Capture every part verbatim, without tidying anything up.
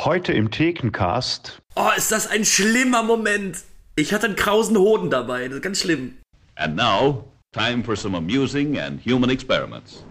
Heute im Thekencast. Oh, ist das ein schlimmer Moment. Ich hatte einen krausen Hoden dabei, das ist ganz schlimm. And now, time for some amusing and human experiments.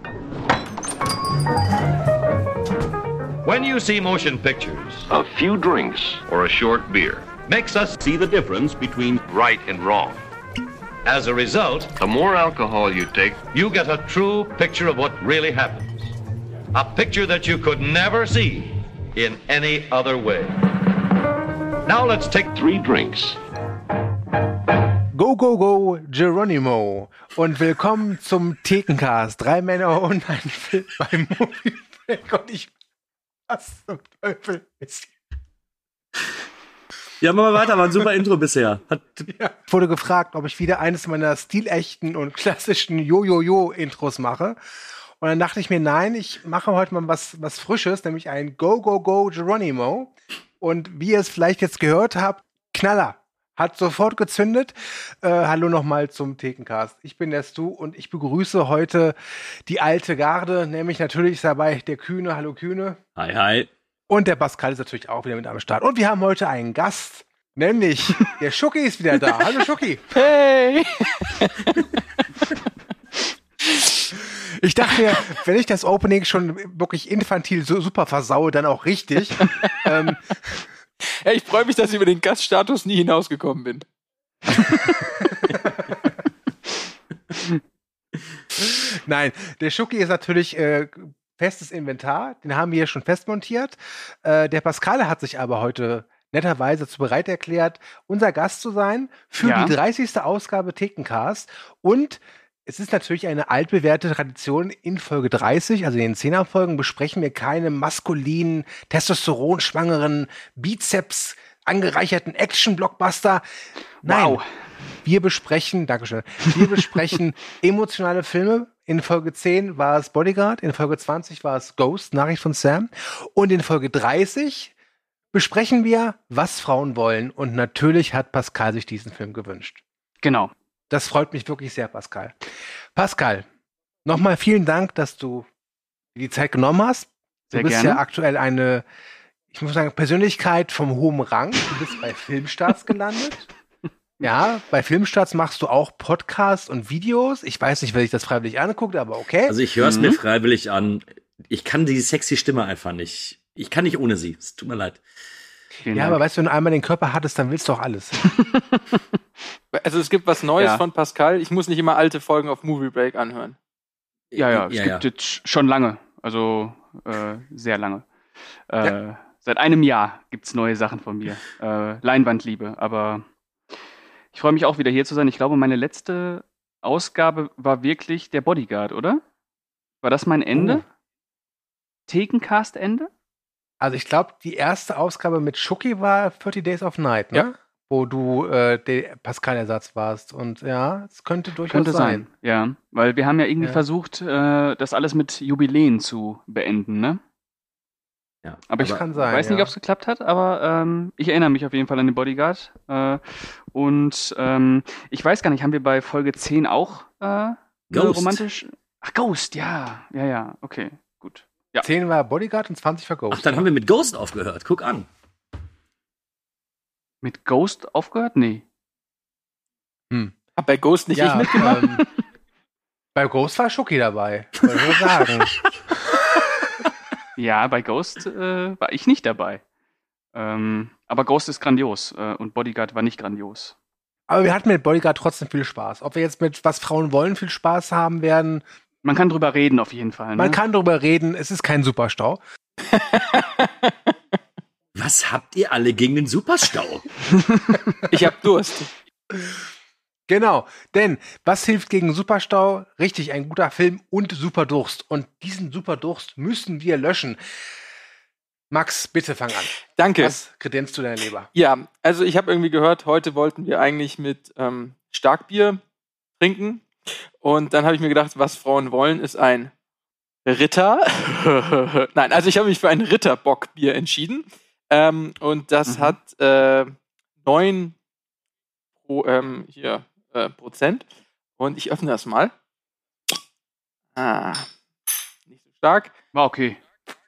When you see motion pictures, a few drinks or a short beer Makes us see the difference between right and wrong. as a result, The more alcohol you take, you get a true picture of what really happens. A picture that you could never see in any other way. Now let's take three drinks. Go, go, go, Geronimo. Und willkommen zum Thekencast. Drei Männer und ein Film beim Movie Break. Und ich, was zum Teufel ist hier? Ja, machen wir weiter, war ein super Intro bisher. Hat Ja, ich wurde gefragt, ob ich wieder eines meiner stilechten und klassischen Jo-Jo-Jo-Intros mache. Und dann dachte ich mir, nein, ich mache heute mal was, was Frisches, nämlich ein Go, go, go, Geronimo. Und wie ihr es vielleicht jetzt gehört habt, Knaller. Hat sofort gezündet. Äh, hallo nochmal zum Thekencast. Ich bin der Stu und ich begrüße heute die alte Garde, nämlich natürlich ist dabei der Kühne. Hallo Kühne. Hi, hi. Und der Pascal ist natürlich auch wieder mit am Start. Und wir haben heute einen Gast, nämlich der Schucki ist wieder da. Hallo Schucki. Hey! Ich dachte mir, wenn ich das Opening schon wirklich infantil so super versaue, dann auch richtig. ähm, Hey, ich freue mich, dass ich über den Gaststatus nie hinausgekommen bin. Nein, der Schucki ist natürlich äh, festes Inventar. Den haben wir hier schon festmontiert. Äh, der Pascal hat sich aber heute netterweise zu bereit erklärt, unser Gast zu sein für Ja. die dreißigste Ausgabe Thekencast. Und es ist natürlich eine altbewährte Tradition. In Folge dreißig, also in den Zehner-Folgen, besprechen wir keine maskulinen, testosteronschwangeren, Bizeps angereicherten Action-Blockbuster. Nein, Wow. wir besprechen, Dankeschön, wir besprechen emotionale Filme. In Folge zehn war es Bodyguard, in Folge zwanzig war es Ghost, Nachricht von Sam. Und in Folge dreißig besprechen wir, was Frauen wollen. Und natürlich hat Pascal sich diesen Film gewünscht. Genau. Das freut mich wirklich sehr, Pascal. Pascal, nochmal vielen Dank, dass du dir die Zeit genommen hast. Du Sehr bist gerne. ja aktuell eine, ich muss sagen, Persönlichkeit vom hohen Rang. Du bist bei Filmstarts gelandet. Ja, bei Filmstarts machst du auch Podcasts und Videos. Ich weiß nicht, wer sich das freiwillig anguckt, aber okay. Also ich höre es Mhm. mir freiwillig an. Ich kann die sexy Stimme einfach nicht. Ich kann nicht ohne sie. Es tut mir leid. Vielen ja, Dank. aber weißt du, wenn du einmal den Körper hattest, dann willst du auch alles. Also es gibt was Neues Ja. von Pascal. Ich muss nicht immer alte Folgen auf Movie Break anhören. Ja, ja, es ja, gibt ja. jetzt schon lange. Also äh, sehr lange. Äh, Seit einem Jahr gibt's neue Sachen von mir. Äh, Leinwandliebe. Aber ich freue mich auch wieder hier zu sein. Ich glaube, meine letzte Ausgabe war wirklich der Bodyguard, oder? War das mein Ende? Oh. Thekencast-Ende? Also ich glaube, die erste Ausgabe mit Schucki war thirty Days of Night, ne? Ja. Wo du äh, der Pascal-Ersatz warst. Und ja, es könnte durchaus Könnte sein. sein, ja. Weil wir haben ja irgendwie Ja. versucht, äh, das alles mit Jubiläen zu beenden, ne? Ja. Aber ich Das kann sein, weiß nicht, ja. ob es geklappt hat, aber ähm, ich erinnere mich auf jeden Fall an den Bodyguard. Äh, und ähm, ich weiß gar nicht, haben wir bei Folge zehn auch äh, eine Ghost. romantisch... Ach, Ghost, ja. Ja, ja, okay, gut. Ja. zehn war Bodyguard und zwanzig war Ghost. Ach, dann haben wir mit Ghost aufgehört. Guck an. Mit Ghost aufgehört? Nee. Hm. Hab bei Ghost nicht ich ja, mitgemacht? ähm, bei Ghost war Schucki dabei. Wollte ich nur sagen. Ja, bei Ghost äh, war ich nicht dabei. Ähm, aber Ghost ist grandios äh, und Bodyguard war nicht grandios. Aber wir hatten mit Bodyguard trotzdem viel Spaß. Ob wir jetzt mit Was Frauen wollen viel Spaß haben werden, Man kann drüber reden auf jeden Fall. Ne? man kann drüber reden, es ist kein Superstau. Was habt ihr alle gegen den Superstau? Ich hab Durst. Genau, denn was hilft gegen Superstau? Richtig, ein guter Film und Superdurst. Und diesen Superdurst müssen wir löschen. Max, bitte fang an. Danke. Was kredenzt du deiner Leber? Ja, also ich habe irgendwie gehört, heute wollten wir eigentlich mit ähm, Starkbier trinken. Und dann habe ich mir gedacht, was Frauen wollen, ist ein Ritter. Nein, also ich habe mich für ein Ritterbockbier entschieden. Ähm, und das Mhm. hat äh, neun pro, ähm, hier, äh, Prozent. Und ich öffne das mal. Ah, nicht so stark. War okay. Jetzt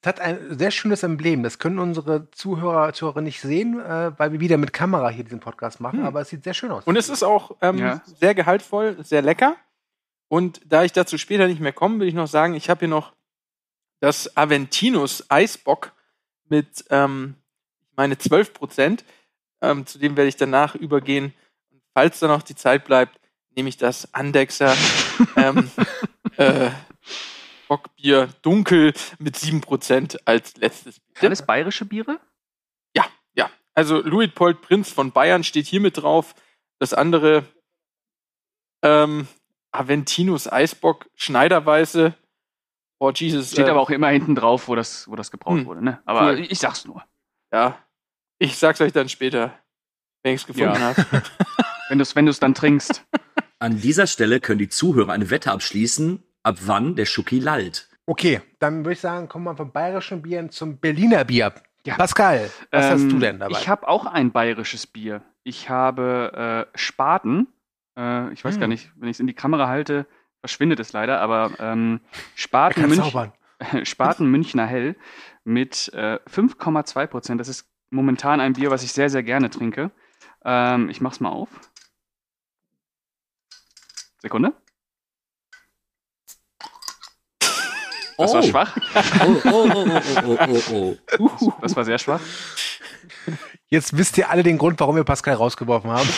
hat ein sehr schönes Emblem. Das können unsere Zuhörer, Zuhörer nicht sehen, äh, weil wir wieder mit Kamera hier diesen Podcast machen, hm. aber es sieht sehr schön aus. Und es ist auch ähm, ja. sehr gehaltvoll, sehr lecker. Und da ich dazu später nicht mehr komme, will ich noch sagen, ich habe hier noch das Aventinus Eisbock mit, ähm, ich meine, zwölf Prozent. Ähm, zu dem werde ich danach übergehen. Und falls da noch die Zeit bleibt, nehme ich das Andexer ähm, äh, Bockbier dunkel mit sieben Prozent als letztes Bier. Alles bayerische Biere? Ja, ja. Also Luitpold Prinz von Bayern steht hier mit drauf. Das andere ähm, Aventinus Eisbock Schneiderweiße. Oh, Jesus. Steht äh, aber auch immer hinten drauf, wo das, wo das gebraut hm. wurde, ne? Aber cool. ich sag's nur. Ja. Ich sag's euch dann später, wenn ich's gefunden Ja. habe. wenn du's, wenn du's dann trinkst. An dieser Stelle können die Zuhörer eine Wette abschließen, ab wann der Schoki lallt. Okay, dann würde ich sagen, kommen wir von bayerischen Bieren zum Berliner Bier. Ja. Pascal, was Ähm, hast du denn dabei? Ich habe auch ein bayerisches Bier. Ich habe äh, Spaten. Äh, ich weiß Hm. gar nicht, wenn ich es in die Kamera halte, verschwindet es leider, aber ähm, Spaten, kann Münch, zaubern. Spaten Münchner Hell mit äh, fünf Komma zwei Prozent. Das ist momentan ein Bier, was ich sehr, sehr gerne trinke. Ähm, ich mach's mal auf. Sekunde. Das war Oh. schwach. Oh, oh, oh, oh, oh, oh, oh. Das war sehr schwach. Jetzt wisst ihr alle den Grund, warum wir Pascal rausgeworfen haben.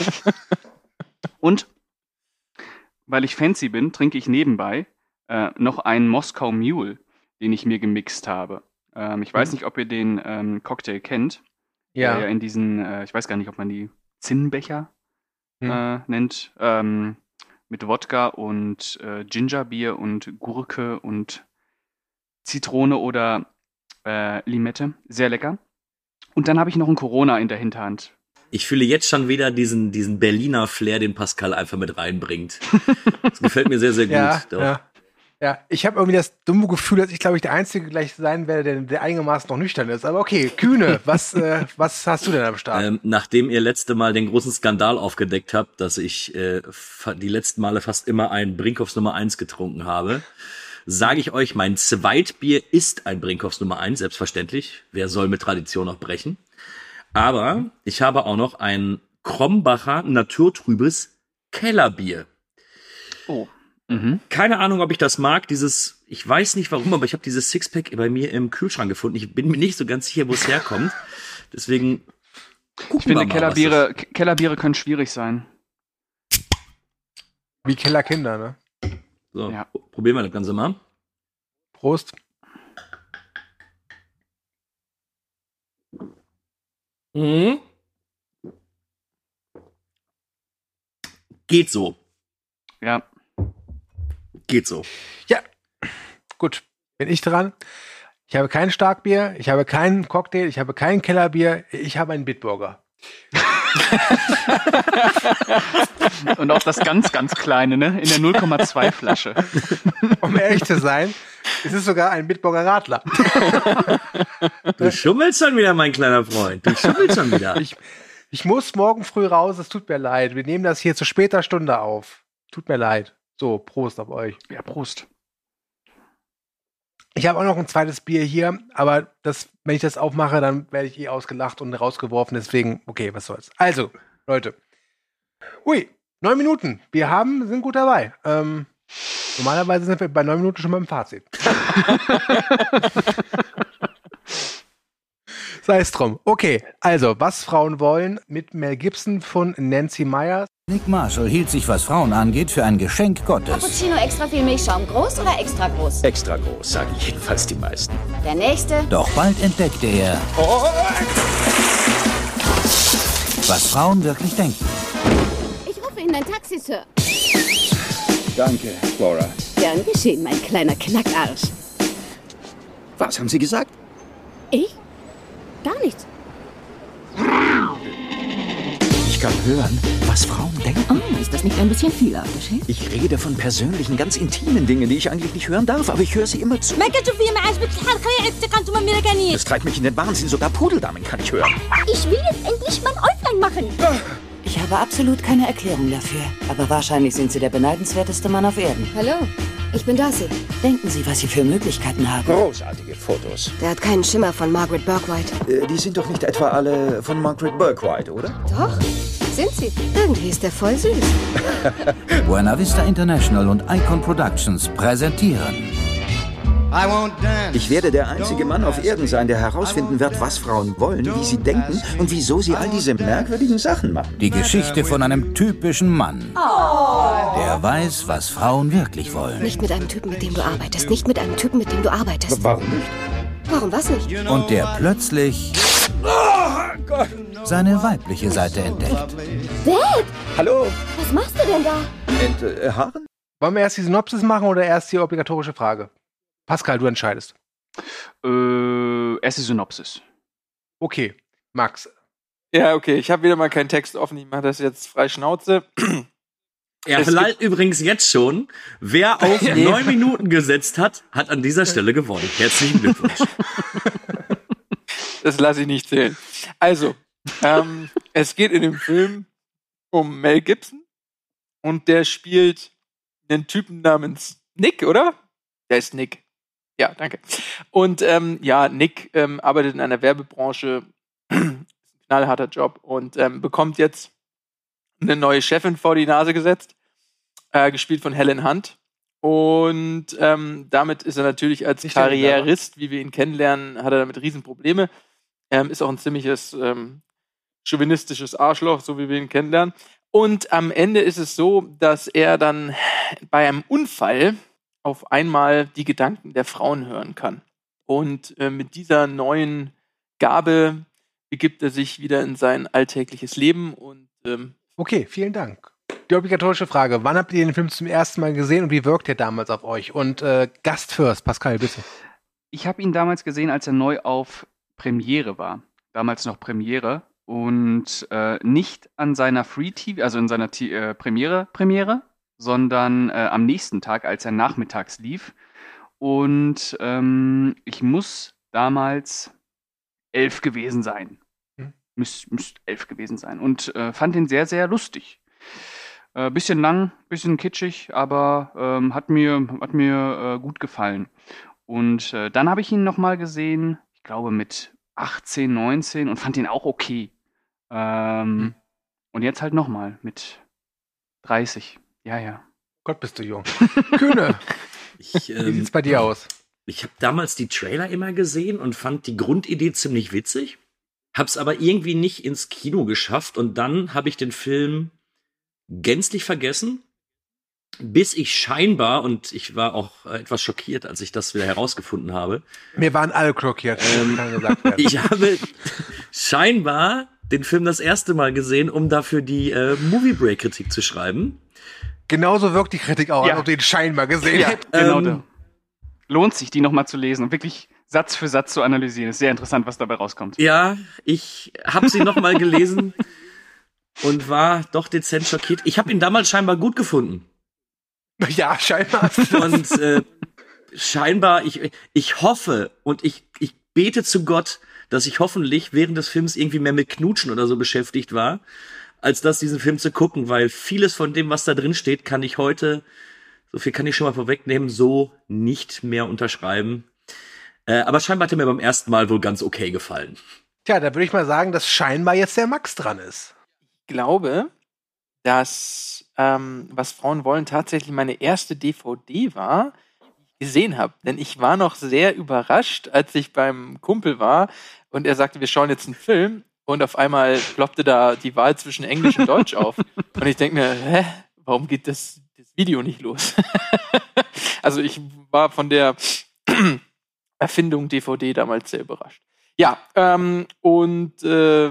Und weil ich fancy bin, trinke ich nebenbei äh, noch einen Moskau Mule, den ich mir gemixt habe. Ähm, ich weiß Mhm. nicht, ob ihr den ähm, Cocktail kennt. Ja. Der ja in diesen, äh, ich weiß gar nicht, ob man die Zinnbecher Hm. äh, nennt, ähm, mit Wodka und äh, Gingerbier und Gurke und Zitrone oder äh, Limette. Sehr lecker. Und dann habe ich noch einen Corona in der Hinterhand. Ich fühle jetzt schon wieder diesen, diesen Berliner Flair, den Pascal einfach mit reinbringt. Das gefällt mir sehr, sehr gut. Ja, Doch. ja. Ja, ich habe irgendwie das dumme Gefühl, dass ich, glaube ich, der Einzige gleich sein werde, der, der einigermaßen noch nüchtern ist. Aber okay, Kühne, was, äh, was hast du denn am Start? Ähm, nachdem ihr letzte Mal den großen Skandal aufgedeckt habt, dass ich äh, fa- die letzten Male fast immer ein Brinkhoffs Nummer eins getrunken habe, sage ich euch, mein Zweitbier ist ein Brinkhoffs Nummer eins, selbstverständlich. Wer soll mit Tradition noch brechen? Aber ich habe auch noch ein Krombacher naturtrübes Kellerbier. Oh. Mhm. Keine Ahnung, ob ich das mag, dieses, ich weiß nicht warum, aber ich habe dieses Sixpack bei mir im Kühlschrank gefunden. Ich bin mir nicht so ganz sicher, wo es herkommt. Deswegen gucken Ich finde, wir mal, Kellerbiere, was K- Kellerbiere können schwierig sein. Wie Kellerkinder, ne? das- So, Ja. probieren wir das Ganze mal. Prost. Mhm. Geht so. Ja. Geht so. Ja, gut, bin ich dran. Ich habe kein Starkbier, ich habe keinen Cocktail, ich habe kein Kellerbier, ich habe einen Bitburger. Und auch das ganz, ganz kleine, ne? In der null Komma zwei Flasche. Um ehrlich zu sein, es ist sogar ein Bitburger Radler. Du schummelst schon wieder, mein kleiner Freund. Du schummelst schon wieder. Ich, ich muss morgen früh raus, es tut mir leid. Wir nehmen das hier zu später Stunde auf. Tut mir leid. So, Prost auf euch. Ja, Prost. Ich habe auch noch ein zweites Bier hier, aber das, wenn ich das aufmache, dann werde ich eh ausgelacht und rausgeworfen. Deswegen, okay, was soll's. Also, Leute. Ui, neun Minuten. Wir haben, sind gut dabei. Ähm, normalerweise sind wir bei neun Minuten schon beim Fazit. Sei es drum. Okay, also, was Frauen wollen mit Mel Gibson von Nancy Meyer. Nick Marshall hielt sich, was Frauen angeht, für ein Geschenk Gottes. Cappuccino extra viel Milchschaum, groß oder extra groß? Extra groß, sagen jedenfalls die meisten. Der nächste. Doch bald entdeckte er, was Frauen wirklich denken. Ich rufe Ihnen ein Taxi, Sir. Danke, Flora. Gern geschehen, mein kleiner Knackarsch. Was haben Sie gesagt? Ich? Gar nichts. Ich kann hören, was Frauen denken. Oh, ist das nicht ein bisschen viel aufgeschickt? Ich rede von persönlichen, ganz intimen Dingen, die ich eigentlich nicht hören darf, aber ich höre sie immer zu. Das treibt mich in den Wahnsinn, sogar Pudeldamen kann ich hören. Ich will jetzt endlich mein Äuglein machen. Ich habe absolut keine Erklärung dafür. Aber wahrscheinlich sind Sie der beneidenswerteste Mann auf Erden. Hallo, Ich bin Darcy. Denken Sie, was Sie für Möglichkeiten haben. Großartige Fotos. Der hat keinen Schimmer von Margaret Bourke-White. Äh, die sind doch nicht etwa alle von Margaret Bourke-White, oder? Doch, sind sie. Irgendwie ist der voll süß. Buena Vista International und Icon Productions präsentieren. Ich werde der einzige Mann auf Erden sein, der herausfinden wird, was Frauen wollen, wie sie denken und wieso sie all diese merkwürdigen Sachen machen. Die Geschichte von einem typischen Mann, Oh. der weiß, was Frauen wirklich wollen. Nicht mit einem Typen, mit dem du arbeitest. Nicht mit einem Typen, mit dem du arbeitest. Warum nicht? Warum was nicht? Und der plötzlich seine weibliche Seite entdeckt. Dad! Hallo? Was machst du denn da? Enthaaren? Wollen wir erst die Synopsis machen oder erst die obligatorische Frage? Pascal, du entscheidest. Äh, erst die Synopsis. Okay, Max. Ja, okay, ich habe wieder mal keinen Text offen, ich mache das jetzt frei Schnauze. Er verleiht übrigens jetzt schon, wer auf neun Minuten gesetzt hat, hat an dieser Stelle gewonnen. Herzlichen Glückwunsch. Das lasse ich nicht zählen. Also, ähm, es geht in dem Film um Mel Gibson und der spielt einen Typen namens Nick, oder? Der ist Nick. Ja, danke. Und ähm, ja, Nick ähm, arbeitet in einer Werbebranche, ist ein knallharter Job und ähm, bekommt jetzt eine neue Chefin vor die Nase gesetzt, äh, gespielt von Helen Hunt. Und ähm, damit ist er natürlich als Nicht Karrierist, wie wir ihn kennenlernen, hat er damit Riesenprobleme. Ähm, ist auch ein ziemliches ähm, chauvinistisches Arschloch, so wie wir ihn kennenlernen. Und am Ende ist es so, dass er dann bei einem Unfall auf einmal die Gedanken der Frauen hören kann. Und äh, mit dieser neuen Gabe begibt er sich wieder in sein alltägliches Leben. Und ähm, okay, vielen Dank. Die obligatorische Frage, wann habt ihr den Film zum ersten Mal gesehen und wie wirkt er damals auf euch? Und äh, Gast first, Pascal, bitte. Ich habe ihn damals gesehen, als er neu auf Premiere war. Damals noch Premiere. Und äh, nicht an seiner Free-T V, also in seiner T- äh, Premiere, Premiere, sondern äh, am nächsten Tag, als er nachmittags lief. Und ähm, ich muss damals elf gewesen sein. Hm. Müsste müsst elf gewesen sein. Und äh, fand ihn sehr, sehr lustig. Äh, bisschen lang, bisschen kitschig, aber ähm, hat mir, hat mir äh, gut gefallen. Und äh, dann habe ich ihn nochmal gesehen, ich glaube mit achtzehn, neunzehn und fand ihn auch okay. Ähm, hm. Und jetzt halt nochmal mit dreißig. Ja, ja. Gott, bist du jung. Kühne. Ich, ähm, Wie sieht's bei dir aus? Ich habe damals die Trailer immer gesehen und fand die Grundidee ziemlich witzig. Hab's aber irgendwie nicht ins Kino geschafft und dann habe ich den Film gänzlich vergessen, bis ich scheinbar, und ich war auch etwas schockiert, als ich das wieder herausgefunden habe. Wir waren alle schockiert, ähm, kann gesagt werden. Ich habe scheinbar den Film das erste Mal gesehen, um dafür die äh, Movie Break Kritik zu schreiben. Genauso wirkt die Kritik auch, Ja. als ob du ihn scheinbar gesehen Ja, hättest. genau. Ähm, da. Lohnt sich, die nochmal zu lesen und wirklich Satz für Satz zu analysieren. Ist sehr interessant, was dabei rauskommt. Ja, ich habe sie noch mal gelesen und war doch dezent schockiert. Ich habe ihn damals scheinbar gut gefunden. Ja, scheinbar. Und äh, scheinbar, ich, ich hoffe und ich, ich bete zu Gott, dass ich hoffentlich während des Films irgendwie mehr mit Knutschen oder so beschäftigt war, als das, diesen Film zu gucken, weil vieles von dem, was da drin steht, kann ich heute, so viel kann ich schon mal vorwegnehmen, so nicht mehr unterschreiben. Äh, aber scheinbar hat er mir beim ersten Mal wohl ganz okay gefallen. Tja, da würde ich mal sagen, dass scheinbar jetzt der Max dran ist. ich glaube, dass ähm, was Frauen wollen tatsächlich meine erste D V D war, die ich gesehen habe. Denn ich war noch sehr überrascht, als ich beim Kumpel war und er sagte, wir schauen jetzt einen Film und auf einmal ploppte da die Wahl zwischen Englisch und Deutsch auf. Und ich denke mir, hä, warum geht das, das Video nicht los? Also ich war von der Erfindung D V D damals sehr überrascht. Ja, ähm, und äh,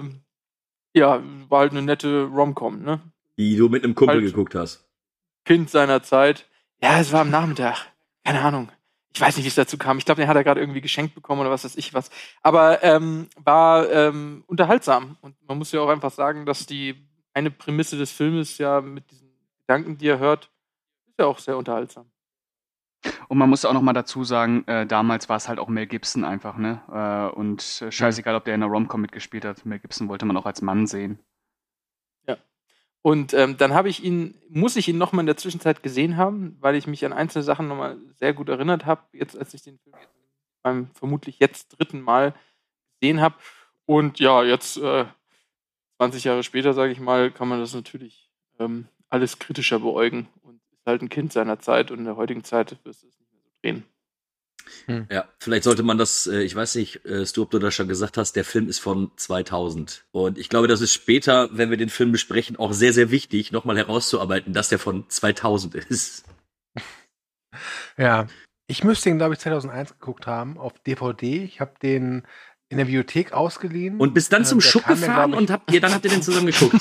ja, war halt eine nette Rom-Com, ne? Die du mit einem Kumpel Halt. geguckt hast. Kind seiner Zeit. Ja, es war am Nachmittag. Keine Ahnung. Ich weiß nicht, wie es dazu kam. Ich glaube, den hat er gerade irgendwie geschenkt bekommen oder was weiß ich was. Aber ähm, war ähm, unterhaltsam. Und man muss ja auch einfach sagen, dass die eine Prämisse des Filmes ja mit diesen Gedanken, die er hört, ist ja auch sehr unterhaltsam. Und man muss auch noch mal dazu sagen, äh, damals war es halt auch Mel Gibson einfach, ne? Äh, und äh, scheißegal, ob der in einer Rom-Com mitgespielt hat. Mel Gibson wollte man auch als Mann sehen. Und ähm, dann habe ich ihn, muss ich ihn noch mal in der Zwischenzeit gesehen haben, weil ich mich an einzelne Sachen noch mal sehr gut erinnert habe, jetzt als ich den Film beim vermutlich jetzt dritten Mal gesehen habe. Und ja, jetzt äh, zwanzig Jahre später, sage ich mal, kann man das natürlich ähm, alles kritischer beäugen und ist halt ein Kind seiner Zeit und in der heutigen Zeit wirst du es nicht mehr so drehen. Hm. Ja, vielleicht sollte man das, äh, ich weiß nicht, äh, Stu, ob du das schon gesagt hast, der Film ist von zweitausend. Und ich glaube, das ist später, wenn wir den Film besprechen, auch sehr, sehr wichtig, nochmal herauszuarbeiten, dass der von zweitausend ist. Ja, ich müsste ihn, glaube ich, zweitausendeins geguckt haben, auf D V D. Ich habe den in der Bibliothek ausgeliehen. Und bis dann zum äh, Schuck gefahren und habt ihr, dann habt ihr den zusammen geguckt.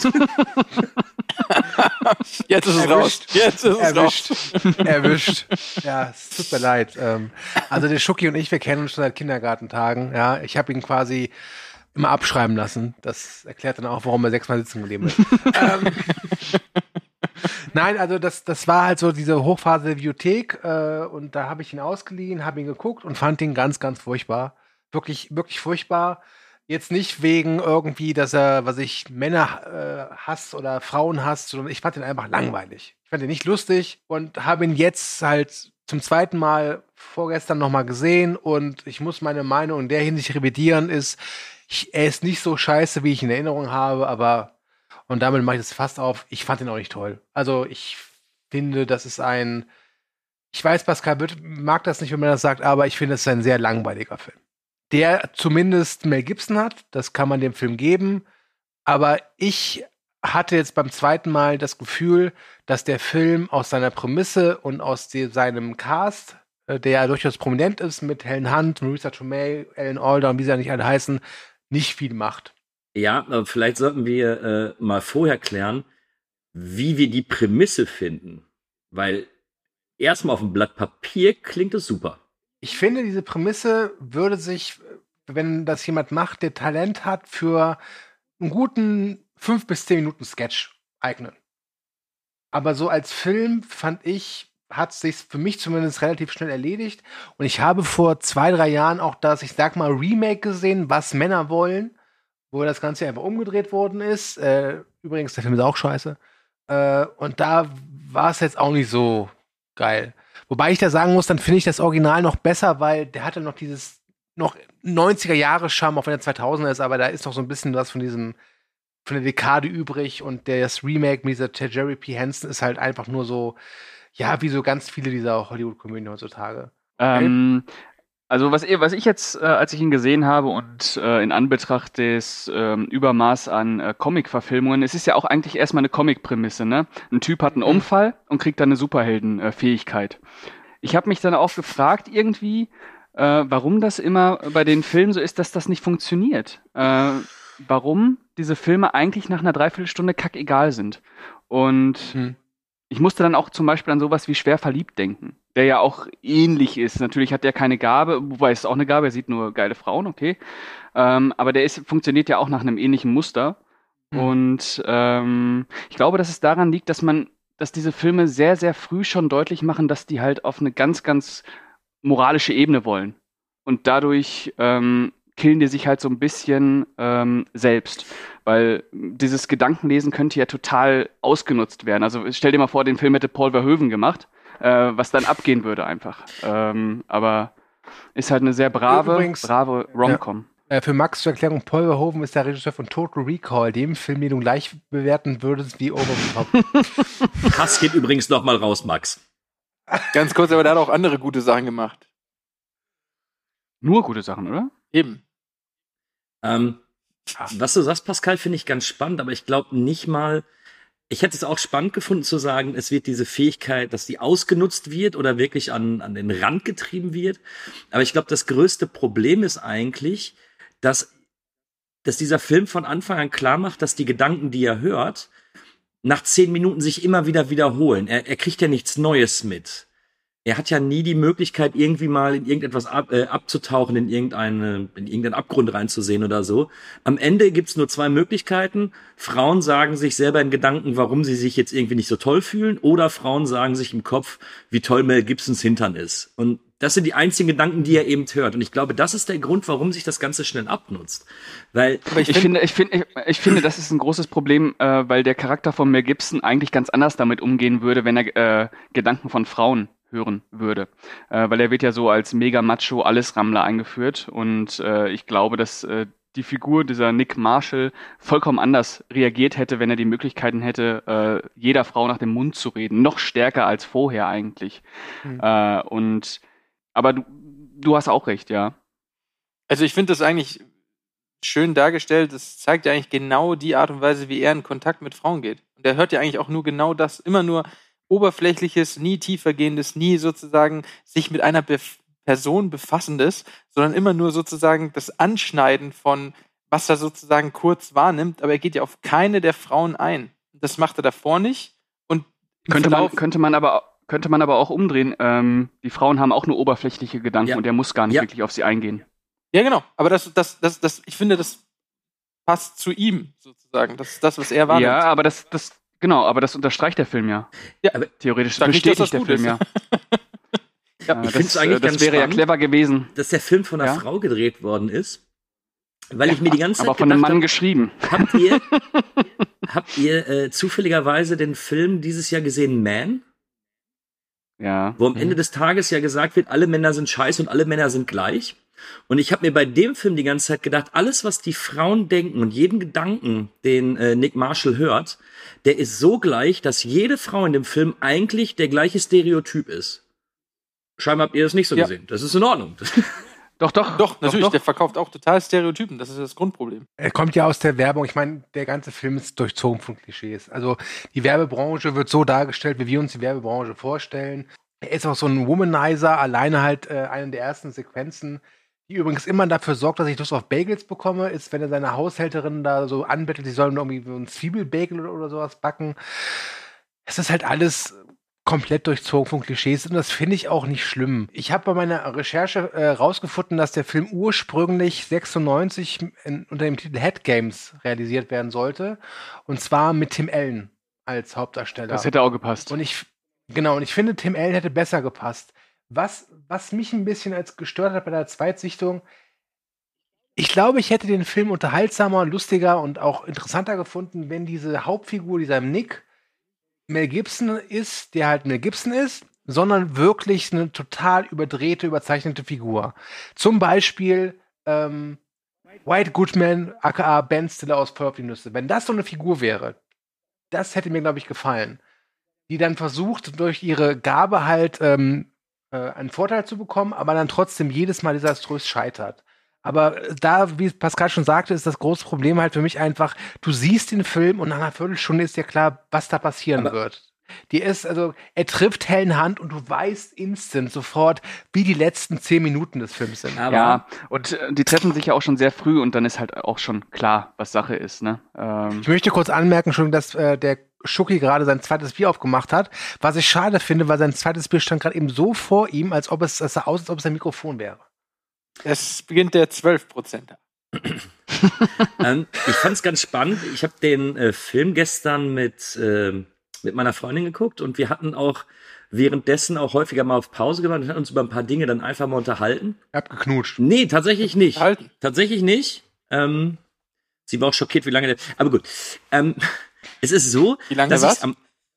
Jetzt ist es erwischt. raus. Jetzt ist es erwischt. raus. Erwischt. Ja, es tut mir leid. Ähm, also der Schucki und ich, wir kennen uns schon seit Kindergartentagen. Ja, ich habe ihn quasi immer abschreiben lassen. Das erklärt dann auch, warum er sechsmal sitzen geblieben ist. ähm, Nein, also das, das war halt so diese Hochphase der Bibliothek äh, und da habe ich ihn ausgeliehen, habe ihn geguckt und fand ihn ganz, ganz furchtbar. Wirklich, wirklich furchtbar. Jetzt nicht wegen irgendwie, dass er, was ich, Männer äh, hasst oder Frauen hasst, sondern ich fand ihn einfach langweilig. Ich fand ihn nicht lustig und habe ihn jetzt halt zum zweiten Mal vorgestern nochmal gesehen und ich muss meine Meinung in der Hinsicht revidieren, ist, ich, er ist nicht so scheiße, wie ich ihn in Erinnerung habe, aber, und damit mache ich das fast auf, ich fand ihn auch nicht toll. Also ich finde, das ist ein, ich weiß, Pascal mag das nicht, wenn man das sagt, aber ich finde, es ist ein sehr langweiliger Film. Der zumindest Mel Gibson hat, das kann man dem Film geben, aber ich hatte jetzt beim zweiten Mal das Gefühl, dass der Film aus seiner Prämisse und aus die, seinem Cast, äh, der ja durchaus prominent ist, mit Helen Hunt, Marisa Tomei, Alan Alda und wie sie ja nicht alle heißen, nicht viel macht. Ja, aber vielleicht sollten wir äh, mal vorher klären, wie wir die Prämisse finden, weil erstmal auf dem Blatt Papier klingt es super. Ich finde, diese Prämisse würde sich, wenn das jemand macht, der Talent hat, für einen guten fünf bis zehn Minuten Sketch eignen. Aber so als Film, fand ich, hat es sich für mich zumindest relativ schnell erledigt. Und ich habe vor zwei, drei Jahren auch das, ich sag mal, Remake gesehen, Was Männer wollen, wo das Ganze einfach umgedreht worden ist. Äh, übrigens, der Film ist auch scheiße. Äh, und da war es jetzt auch nicht so geil. Wobei ich da sagen muss, dann finde ich das Original noch besser, weil der hatte noch dieses noch neunziger-Jahre-Charme, auch wenn er zweitausender ist, aber da ist noch so ein bisschen was von diesem von der Dekade übrig und das Remake mit dieser Jerry P. Henson ist halt einfach nur so, ja, wie so ganz viele dieser Hollywood-Komödien heutzutage. Ähm, also was, was ich jetzt, äh, als ich ihn gesehen habe und äh, in Anbetracht des ähm, Übermaß an äh, Comic-Verfilmungen, es ist ja auch eigentlich erstmal eine Comic-Prämisse, ne? Ein Typ hat einen Unfall und kriegt dann eine Superhelden-Fähigkeit. Ich habe mich dann auch gefragt irgendwie, äh, warum das immer bei den Filmen so ist, dass das nicht funktioniert. Äh, warum diese Filme eigentlich nach einer Dreiviertelstunde kackegal sind. Und hm. ich musste dann auch zum Beispiel an sowas wie Schwer verliebt denken, der ja auch ähnlich ist. Natürlich hat der keine Gabe, wobei es ist auch eine Gabe, er sieht nur geile Frauen, okay. Ähm, aber der ist, funktioniert ja auch nach einem ähnlichen Muster. Hm. Und ähm, ich glaube, dass es daran liegt, dass man, dass diese Filme sehr, sehr früh schon deutlich machen, dass die halt auf eine ganz, ganz moralische Ebene wollen. Und dadurch ähm, killen die sich halt so ein bisschen ähm, selbst. Weil dieses Gedankenlesen könnte ja total ausgenutzt werden. Also stell dir mal vor, den Film hätte Paul Verhoeven gemacht, äh, was dann abgehen würde einfach. Ähm, aber ist halt eine sehr brave, Übrigens, brave Rom-Com. Ja, äh, für Max zur Erklärung, Paul Verhoeven ist der Regisseur von Total Recall, dem Film, den du gleich bewerten würdest wie Over the Top. Hass geht übrigens noch mal raus, Max. Ganz kurz, aber der hat auch andere gute Sachen gemacht. Nur gute Sachen, oder? Eben. Ähm, was du sagst, Pascal, finde ich ganz spannend, aber ich glaube nicht mal, ich hätte es auch spannend gefunden zu sagen, es wird diese Fähigkeit, dass die ausgenutzt wird oder wirklich an, an den Rand getrieben wird. Aber ich glaube, das größte Problem ist eigentlich, dass, dass dieser Film von Anfang an klar macht, dass die Gedanken, die er hört, nach zehn Minuten sich immer wieder wiederholen. Er, er kriegt ja nichts Neues mit. Er hat ja nie die Möglichkeit, irgendwie mal in irgendetwas ab, äh, abzutauchen, in irgendeine, in irgendeinen Abgrund reinzusehen oder so. Am Ende gibt's nur zwei Möglichkeiten. Frauen sagen sich selber in Gedanken, warum sie sich jetzt irgendwie nicht so toll fühlen, oder Frauen sagen sich im Kopf, wie toll Mel Gibsons Hintern ist. Und Das sind die einzigen Gedanken, die er eben hört. Und ich glaube, das ist der Grund, warum sich das Ganze schnell abnutzt. Weil Aber ich, ich finde, ich finde, ich, ich finde, das ist ein großes Problem, äh, weil der Charakter von Mel Gibson eigentlich ganz anders damit umgehen würde, wenn er äh, Gedanken von Frauen hören würde. Äh, weil er wird ja so als mega Macho Allesrammler eingeführt. Und äh, ich glaube, dass äh, die Figur dieser Nick Marshall vollkommen anders reagiert hätte, wenn er die Möglichkeiten hätte, äh, jeder Frau nach dem Mund zu reden. Noch stärker als vorher eigentlich. Mhm. Äh, und aber du, du hast auch recht, ja. Also ich finde das eigentlich schön dargestellt. Das zeigt ja eigentlich genau die Art und Weise, wie er in Kontakt mit Frauen geht. Und er hört ja eigentlich auch nur genau das. Immer nur Oberflächliches, nie tiefergehendes, nie sozusagen sich mit einer Bef- Person befassendes, sondern immer nur sozusagen das Anschneiden von, was er sozusagen kurz wahrnimmt. Aber er geht ja auf keine der Frauen ein. Das macht er davor nicht. Und könnte man, könnte man aber Könnte man aber auch umdrehen. Ähm, die Frauen haben auch nur oberflächliche Gedanken ja. und er muss gar nicht ja. wirklich auf sie eingehen. Ja, genau. Aber das, das, das, das, ich finde, das passt zu ihm sozusagen. Das ist das, was er wahrnimmt. Ja, aber das, das, genau, aber das unterstreicht der Film ja. Ja, aber theoretisch bestätigt nicht, der Film ist. ja. ja. Ich finde es eigentlich das ganz wäre spannend, ja clever gewesen, dass der Film von einer ja? Frau gedreht worden ist, weil ich mir die ganze Zeit aber von einem Mann hab, geschrieben. Habt ihr, habt ihr äh, zufälligerweise den Film dieses Jahr gesehen, Man? Ja. Wo am Ende des Tages ja gesagt wird, alle Männer sind scheiße und alle Männer sind gleich. Und ich habe mir bei dem Film die ganze Zeit gedacht, alles, was die Frauen denken und jeden Gedanken, den äh, Nick Marshall hört, der ist so gleich, dass jede Frau in dem Film eigentlich der gleiche Stereotyp ist. Scheinbar habt ihr das nicht so ja. gesehen. Das ist in Ordnung. Doch, doch, doch, natürlich. Doch, doch. Der verkauft auch total Stereotypen. Das ist das Grundproblem. Er kommt ja aus der Werbung. Ich meine, der ganze Film ist durchzogen von Klischees. Also die Werbebranche wird so dargestellt, wie wir uns die Werbebranche vorstellen. Er ist auch so ein Womanizer, alleine halt äh, eine der ersten Sequenzen, die übrigens immer dafür sorgt, dass ich Lust auf Bagels bekomme, ist, wenn er seine Haushälterin da so anbettelt, sie sollen irgendwie so ein Zwiebelbagel oder, oder sowas backen. Es ist halt alles komplett durchzogen von Klischees und das finde ich auch nicht schlimm. Ich habe bei meiner Recherche äh, rausgefunden, dass der Film ursprünglich sechsundneunzig in, unter dem Titel Head Games realisiert werden sollte und zwar mit Tim Allen als Hauptdarsteller. Das hätte auch gepasst. Und ich, genau, und ich finde, Tim Allen hätte besser gepasst. Was, was mich ein bisschen als gestört hat bei der Zweitsichtung, ich glaube, ich hätte den Film unterhaltsamer, lustiger und auch interessanter gefunden, wenn diese Hauptfigur, dieser Nick, Mel Gibson ist, der halt Mel Gibson ist, sondern wirklich eine total überdrehte, überzeichnete Figur. Zum Beispiel ähm, White Goodman, aka Ben Stiller aus Feuer auf die Nüsse. Wenn das so eine Figur wäre, das hätte mir, glaube ich, gefallen. Die dann versucht, durch ihre Gabe halt ähm, äh, einen Vorteil zu bekommen, aber dann trotzdem jedes Mal desaströs scheitert. Aber da, wie Pascal schon sagte, ist das große Problem halt für mich einfach, du siehst den Film und nach einer Viertelstunde ist dir klar, was da passieren aber wird. Die ist, also, er trifft Helen Hunt und du weißt instant sofort, wie die letzten zehn Minuten des Films sind. Aber ja, und äh, die treffen sich ja auch schon sehr früh und dann ist halt auch schon klar, was Sache ist, ne? Ähm. Ich möchte kurz anmerken schon, dass äh, der Schucki gerade sein zweites Bier aufgemacht hat, was ich schade finde, weil sein zweites Bier stand gerade eben so vor ihm, als ob es, es sah aus, als ob es ein Mikrofon wäre. Es beginnt der zwölf Prozent. ähm, ich fand's ganz spannend. Ich habe den äh, Film gestern mit, äh, mit meiner Freundin geguckt und wir hatten auch währenddessen auch häufiger mal auf Pause gemacht und hatten uns über ein paar Dinge dann einfach mal unterhalten. Ihr habt geknutscht. Nee, tatsächlich nicht. Halten. Tatsächlich nicht. Ähm, sie war auch schockiert, wie lange der... Aber gut. Ähm, es ist so, wie lange dass was? Am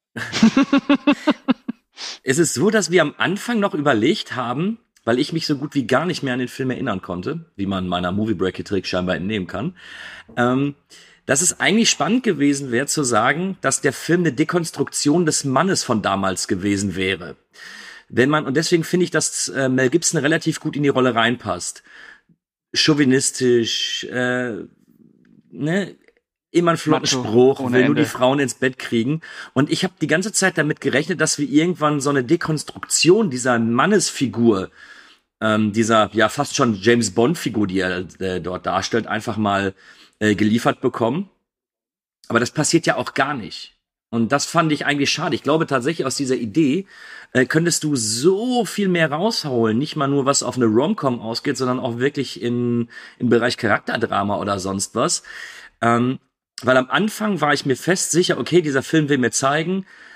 es ist so, dass wir am Anfang noch überlegt haben, weil ich mich so gut wie gar nicht mehr an den Film erinnern konnte, wie man meiner Movie Break-Trick scheinbar entnehmen kann, ähm, dass es eigentlich spannend gewesen wäre zu sagen, dass der Film eine Dekonstruktion des Mannes von damals gewesen wäre. Wenn man, und deswegen finde ich, dass äh, Mel Gibson relativ gut in die Rolle reinpasst. Chauvinistisch, äh, ne, immer einen flotten Macho, Spruch, will Ende. Nur die Frauen ins Bett kriegen. Und ich habe die ganze Zeit damit gerechnet, dass wir irgendwann so eine Dekonstruktion dieser Mannesfigur, ähm, dieser ja fast schon James-Bond-Figur, die er äh, dort darstellt, einfach mal äh, geliefert bekommen. Aber das passiert ja auch gar nicht. Und das fand ich eigentlich schade. Ich glaube tatsächlich, aus dieser Idee äh, könntest du so viel mehr rausholen. Nicht mal nur, was auf eine Rom-Com ausgeht, sondern auch wirklich in im Bereich Charakterdrama oder sonst was. Ähm, Weil am Anfang war ich mir fest sicher, okay, dieser Film will mir zeigen,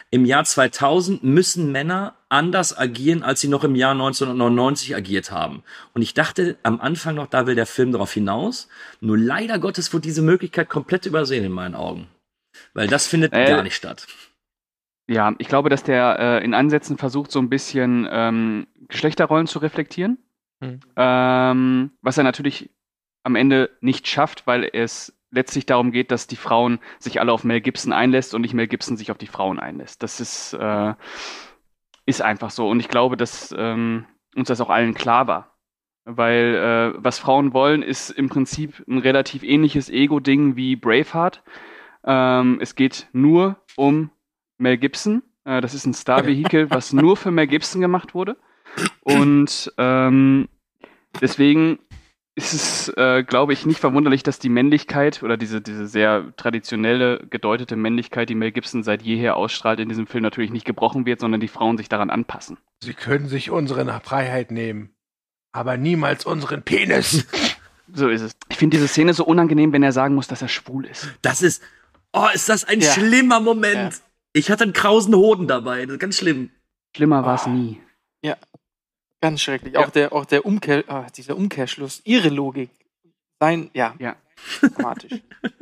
im Jahr zweitausend müssen Männer anders agieren, als sie noch im Jahr neunzehnhundertneunundneunzig agiert haben. Und ich dachte am Anfang noch, da will der Film darauf hinaus. Nur leider Gottes wurde diese Möglichkeit komplett übersehen in meinen Augen. Weil das findet äh, gar nicht statt. Ja, ich glaube, dass der äh, in Ansätzen versucht, so ein bisschen ähm, Geschlechterrollen zu reflektieren. Hm. Ähm, was er natürlich am Ende nicht schafft, weil es letztlich darum geht, dass die Frauen sich alle auf Mel Gibson einlässt und nicht Mel Gibson sich auf die Frauen einlässt. Das ist, äh, ist einfach so. Und ich glaube, dass ähm, uns das auch allen klar war. Weil äh, was Frauen wollen, ist im Prinzip ein relativ ähnliches Ego-Ding wie Braveheart. Ähm, es geht nur um Mel Gibson. Äh, das ist ein Star-Vehikel, was nur für Mel Gibson gemacht wurde. Und ähm, deswegen ist es, äh, glaube ich, nicht verwunderlich, dass die Männlichkeit oder diese, diese sehr traditionelle gedeutete Männlichkeit, die Mel Gibson seit jeher ausstrahlt, in diesem Film natürlich nicht gebrochen wird, sondern die Frauen sich daran anpassen. Sie können sich unsere Freiheit nehmen, aber niemals unseren Penis. So ist es. Ich finde diese Szene so unangenehm, wenn er sagen muss, dass er schwul ist. Das ist, oh, ist das ein ja. schlimmer Moment. Ja. Ich hatte einen krausen Hoden dabei, das ist ganz schlimm. Schlimmer war es oh. nie. Ja. Ganz schrecklich. Ja. Auch der, auch der Umkehr, oh, dieser Umkehrschluss, ihre Logik, sein, ja, ja. dramatisch.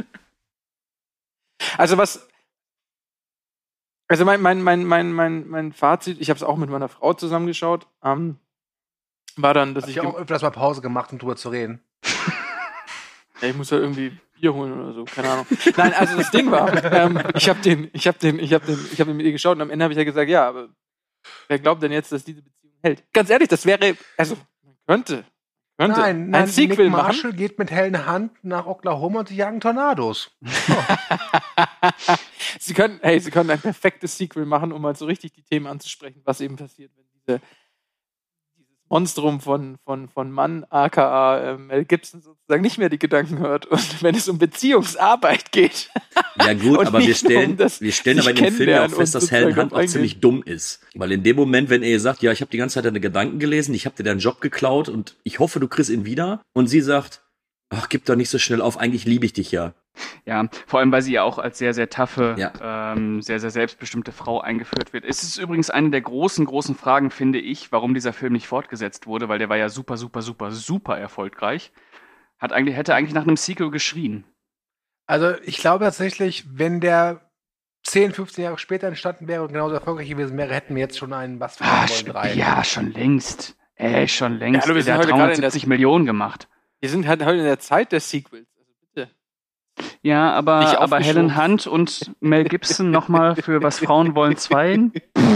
Also was, also mein, mein, mein, mein, mein, mein Fazit, ich habe es auch mit meiner Frau zusammengeschaut, ähm, war dann, dass Hab ich ich auch öfters mal Pause gemacht, um drüber zu reden. Ja, ich muss ja irgendwie Bier holen oder so, keine Ahnung. Nein, also das Ding war, ähm, ich habe den, ich habe den, ich habe den, ich habe den mit ihr geschaut und am Ende habe ich ja gesagt, ja, aber wer glaubt denn jetzt, dass diese Beziehung hält? Ganz ehrlich, das wäre, also, man könnte, könnte nein, nein, ein Sequel Nick Marshall machen. Geht mit hellen Hand nach Oklahoma und sie jagen Tornados. Oh. sie können, hey, sie können ein perfektes Sequel machen, um mal so richtig die Themen anzusprechen, was eben passiert, wenn diese Monstrum von, von, von Mann, aka äh, Mel Gibson, sozusagen nicht mehr die Gedanken hört. Und wenn es um Beziehungsarbeit geht. Ja gut, aber wir stellen, um wir stellen aber in dem Film ja auch fest, dass Helen Hunt auch ziemlich dumm ist. Weil in dem Moment, wenn er sagt, ja, ich habe die ganze Zeit deine Gedanken gelesen, ich habe dir deinen Job geklaut und ich hoffe, du kriegst ihn wieder. Und sie sagt, ach, gib doch nicht so schnell auf, eigentlich liebe ich dich ja. Ja, vor allem, weil sie ja auch als sehr, sehr taffe, ja. ähm, sehr, sehr selbstbestimmte Frau eingeführt wird. Es ist übrigens eine der großen, großen Fragen, finde ich, warum dieser Film nicht fortgesetzt wurde, weil der war ja super, super, super, super erfolgreich. Hat eigentlich, hätte eigentlich nach einem Sequel geschrien. Also ich glaube tatsächlich, wenn der zehn, fünfzehn Jahre später entstanden wäre und genauso erfolgreich gewesen wäre, hätten wir jetzt schon einen Was wir ah, wollen drei. Ja, schon längst. Ey, schon längst. Ja, der hat dreihundertsiebzig Millionen gemacht. Wir sind halt heute in der Zeit der Sequels. Ja, aber, aber Helen Hunt und Mel Gibson nochmal für Was Frauen wollen zwei.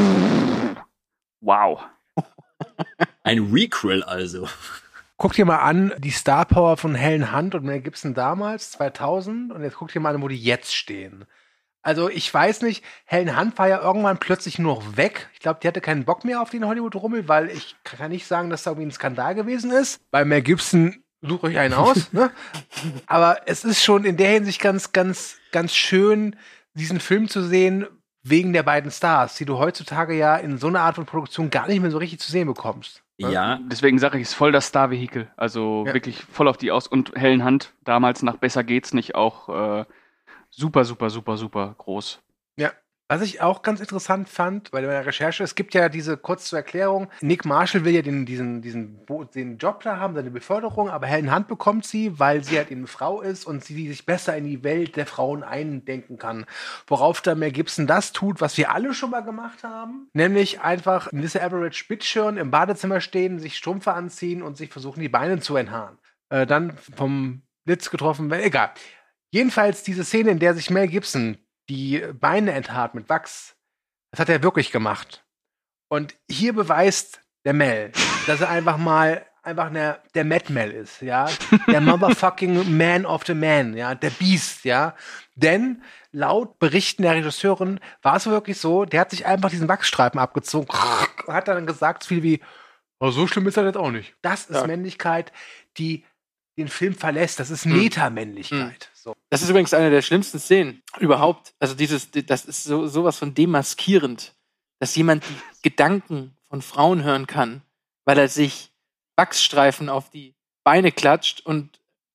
Wow. Ein Requel also. Guck dir mal an, die Star Power von Helen Hunt und Mel Gibson damals, zweitausend, und jetzt guck dir mal an, wo die jetzt stehen. Also ich weiß nicht, Helen Hunt war ja irgendwann plötzlich nur noch weg. Ich glaube, die hatte keinen Bock mehr auf den Hollywood-Rummel, weil ich kann nicht sagen, dass da irgendwie ein Skandal gewesen ist. Bei Mel Gibson sucht euch einen aus, ne? Aber es ist schon in der Hinsicht ganz, ganz, ganz schön, diesen Film zu sehen, wegen der beiden Stars, die du heutzutage ja in so einer Art von Produktion gar nicht mehr so richtig zu sehen bekommst. Ne? Ja, deswegen sage ich, es ist voll das Star-Vehikel. Also ja. wirklich voll auf die Aus- und Helen Hunt, damals nach Besser geht's nicht, auch äh, super, super, super, super groß. Ja. Was ich auch ganz interessant fand bei der Recherche, es gibt ja diese, kurz zur Erklärung, Nick Marshall will ja den, diesen, diesen den Job da haben, seine Beförderung, aber Helen Hunt bekommt sie, weil sie halt eine Frau ist und sie sich besser in die Welt der Frauen eindenken kann. Worauf dann Mel Gibson das tut, was wir alle schon mal gemacht haben, nämlich einfach Mister Average Bitchirn im Badezimmer stehen, sich Strümpfe anziehen und sich versuchen, die Beine zu enthaaren. Äh, dann vom Blitz getroffen, egal. Jedenfalls diese Szene, in der sich Mel Gibson die Beine enthaart mit Wachs, das hat er wirklich gemacht. Und hier beweist der Mel, dass er einfach mal einfach eine, der Mad Mel ist, ja, der motherfucking Man of the Man, ja, der Beast, ja. Denn laut Berichten der Regisseurin war es wirklich so, der hat sich einfach diesen Wachsstreifen abgezogen und hat dann gesagt, so viel wie, oh, so schlimm ist er jetzt auch nicht. Das ist ja. Männlichkeit, die den Film verlässt. Das ist Metamännlichkeit. So. Das ist übrigens eine der schlimmsten Szenen überhaupt. Also dieses, das ist so sowas von demaskierend, dass jemand die Gedanken von Frauen hören kann, weil er sich Wachsstreifen auf die Beine klatscht und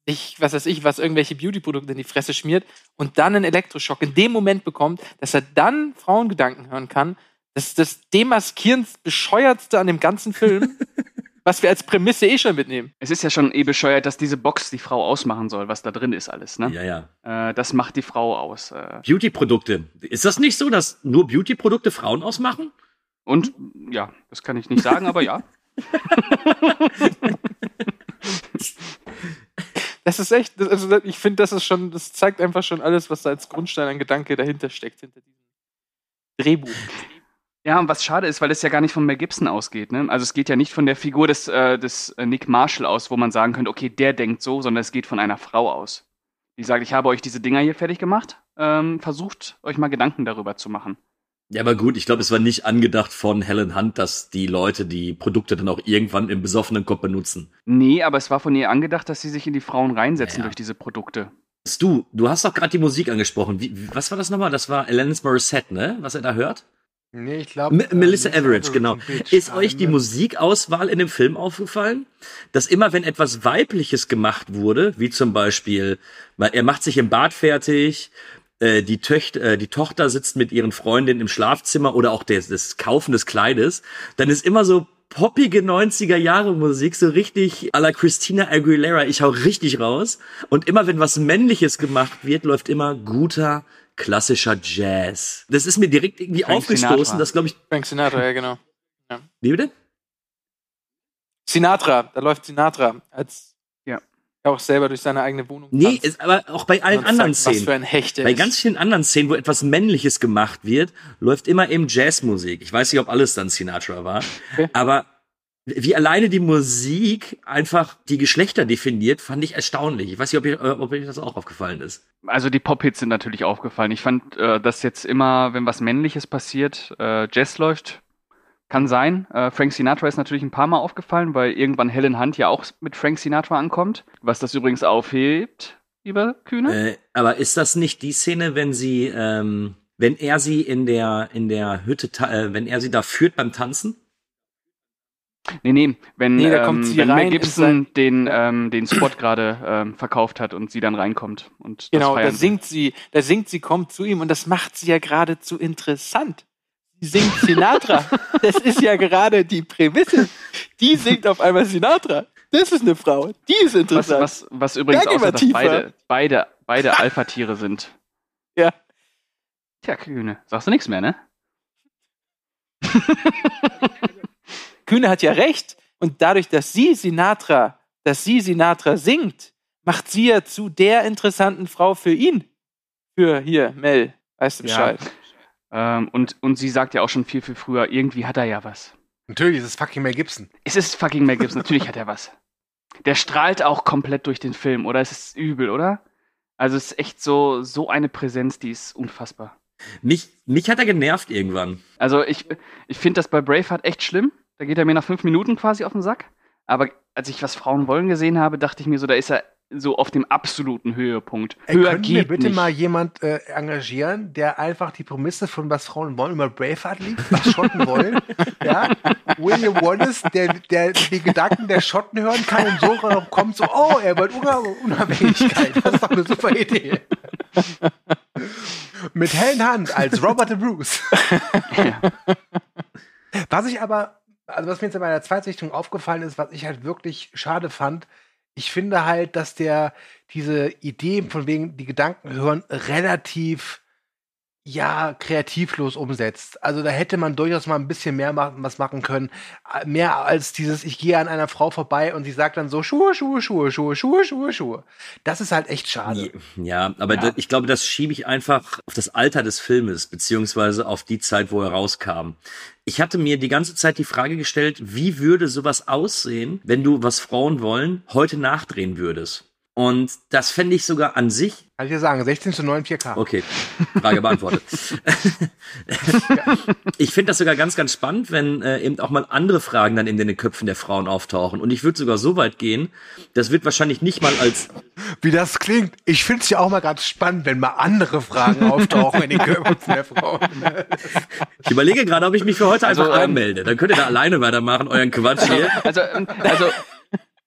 ich, was weiß ich, was irgendwelche Beauty-Produkte in die Fresse schmiert und dann einen Elektroschock in dem Moment bekommt, dass er dann Frauengedanken hören kann, das ist das demaskierendst bescheuertste an dem ganzen Film, was wir als Prämisse eh schon mitnehmen. Es ist ja schon eh bescheuert, dass diese Box die Frau ausmachen soll, was da drin ist alles, ne? Ja, ja. Äh, das macht die Frau aus. Äh. Beauty-Produkte. Ist das nicht so, dass nur Beauty-Produkte Frauen ausmachen? Und, ja, das kann ich nicht sagen, aber ja. Das ist echt, also ich finde, das ist schon, das zeigt einfach schon alles, was da als Grundstein an Gedanke dahinter steckt, hinter diesem Drehbuch. Ja, und was schade ist, weil es ja gar nicht von Mel Gibson ausgeht, ne? Also es geht ja nicht von der Figur des, äh, des Nick Marshall aus, wo man sagen könnte, okay, der denkt so, sondern es geht von einer Frau aus. Die sagt, ich habe euch diese Dinger hier fertig gemacht, ähm, versucht euch mal Gedanken darüber zu machen. Ja, aber gut, ich glaube, es war nicht angedacht von Helen Hunt, dass die Leute die Produkte dann auch irgendwann im besoffenen Kopf benutzen. Nee, aber es war von ihr angedacht, dass sie sich in die Frauen reinsetzen ja, ja. durch diese Produkte. Du, du hast doch gerade die Musik angesprochen. Wie, was war das nochmal? Das war Alanis Morissette, ne? Was er da hört? Nee, ich glaube... M- Melissa äh, Etheridge, genau. Ist euch die Musikauswahl in dem Film aufgefallen? Dass immer, wenn etwas Weibliches gemacht wurde, wie zum Beispiel, er macht sich im Bad fertig... Die, Töcht, äh, die Tochter sitzt mit ihren Freundinnen im Schlafzimmer oder auch des, des Kaufen des Kleides, dann ist immer so poppige neunziger-Jahre-Musik, so richtig à la Christina Aguilera, ich hau richtig raus. Und immer wenn was Männliches gemacht wird, läuft immer guter, klassischer Jazz. Das ist mir direkt irgendwie Frank aufgestoßen, Sinatra. das glaube ich... Frank Sinatra, ja genau. Ja. Wie bitte? Sinatra, da läuft Sinatra als... auch selber durch seine eigene Wohnung tanzt. Nee, ist aber auch bei allen anderen sagt, Szenen. Was für ein Hecht er bei ist. ganz vielen anderen Szenen, wo etwas Männliches gemacht wird, läuft immer eben Jazzmusik. Ich weiß nicht, ob alles dann Sinatra war, okay. aber wie alleine die Musik einfach die Geschlechter definiert, fand ich erstaunlich. Ich weiß nicht, ob, ich, ob euch das auch aufgefallen ist. Also die Pop-Hits sind natürlich aufgefallen. Ich fand, äh, dass jetzt immer, wenn was Männliches passiert, äh, Jazz läuft. Kann sein. Äh, Frank Sinatra ist natürlich ein paar Mal aufgefallen, weil irgendwann Helen Hunt ja auch mit Frank Sinatra ankommt. Was das übrigens aufhebt, lieber Kühne. Äh, aber ist das nicht die Szene, wenn sie, ähm, wenn er sie in der in der Hütte, ta- äh, wenn er sie da führt beim Tanzen? Nee, nee, wenn, nee, da ähm, kommt sie wenn rein Mel Gibson den, ähm, den Spot gerade ähm, verkauft hat und sie dann reinkommt. Und genau, da singt sie, da singt sie, kommt zu ihm und das macht sie ja geradezu interessant. Sie singt Sinatra. Das ist ja gerade die Prämisse. Die singt auf einmal Sinatra. Das ist eine Frau. Die ist interessant. Was, was, was übrigens auch dass beide, beide, beide Alpha-Tiere sind. Ja. Tja, Kühne. Sagst du nichts mehr, ne? Kühne hat ja recht. Und dadurch, dass sie Sinatra, dass sie Sinatra singt, macht sie ja zu der interessanten Frau für ihn. Für hier, Mel. Weißt du Bescheid? Ja. Ähm, und, und sie sagt ja auch schon viel, viel früher, irgendwie hat er ja was. Natürlich, es ist fucking Mel Gibson. Es ist fucking Mel Gibson, natürlich hat er was. Der strahlt auch komplett durch den Film, oder? Es ist übel, oder? Also es ist echt so, so eine Präsenz, die ist unfassbar. Mich, mich hat er genervt irgendwann. Also ich, ich finde das bei Braveheart echt schlimm. Da geht er mir nach fünf Minuten quasi auf den Sack. Aber als ich Was Frauen wollen gesehen habe, dachte ich mir so, da ist er so auf dem absoluten Höhepunkt. Ey, Höher könnten geht wir bitte nicht. mal jemand äh, engagieren, der einfach die Prämisse von Was Frauen wollen über Braveheart liegt, was Schotten wollen. Ja? William Wallace, der, der die Gedanken der Schotten hören kann und so noch kommt so, oh, er wollte Unabhängigkeit. Das ist doch eine super Idee. Mit Helen Hunt als Robert the Bruce. Ja. Was ich aber, also was mir jetzt bei der Zweitsichtung aufgefallen ist, was ich halt wirklich schade fand, ich finde halt, dass der diese Idee von wegen die Gedanken hören relativ ja kreativlos umsetzt. Also da hätte man durchaus mal ein bisschen mehr machen, was machen können. Mehr als dieses, ich gehe an einer Frau vorbei und sie sagt dann so, Schuhe, Schuhe, Schuhe, Schuhe, Schuhe, Schuhe, Schuhe. Das ist halt echt schade. Ja, aber Ja. Da, ich glaube, das schiebe ich einfach auf das Alter des Filmes, beziehungsweise auf die Zeit, wo er rauskam. Ich hatte mir die ganze Zeit die Frage gestellt, wie würde sowas aussehen, wenn du Was Frauen wollen heute nachdrehen würdest? Und das fände ich sogar an sich... Kann ich dir sagen, sechzehn zu neun vier K. Okay, Frage beantwortet. Ich finde das sogar ganz, ganz spannend, wenn äh, eben auch mal andere Fragen dann in den Köpfen der Frauen auftauchen. Und ich würde sogar so weit gehen, das wird wahrscheinlich nicht mal als... Wie das klingt. Ich finde es ja auch mal ganz spannend, wenn mal andere Fragen auftauchen in den Köpfen der Frauen. Ich überlege gerade, ob ich mich für heute Also, einfach ähm, anmelde. Dann könnt ihr da alleine weitermachen, euren Quatsch hier. Also, ähm, also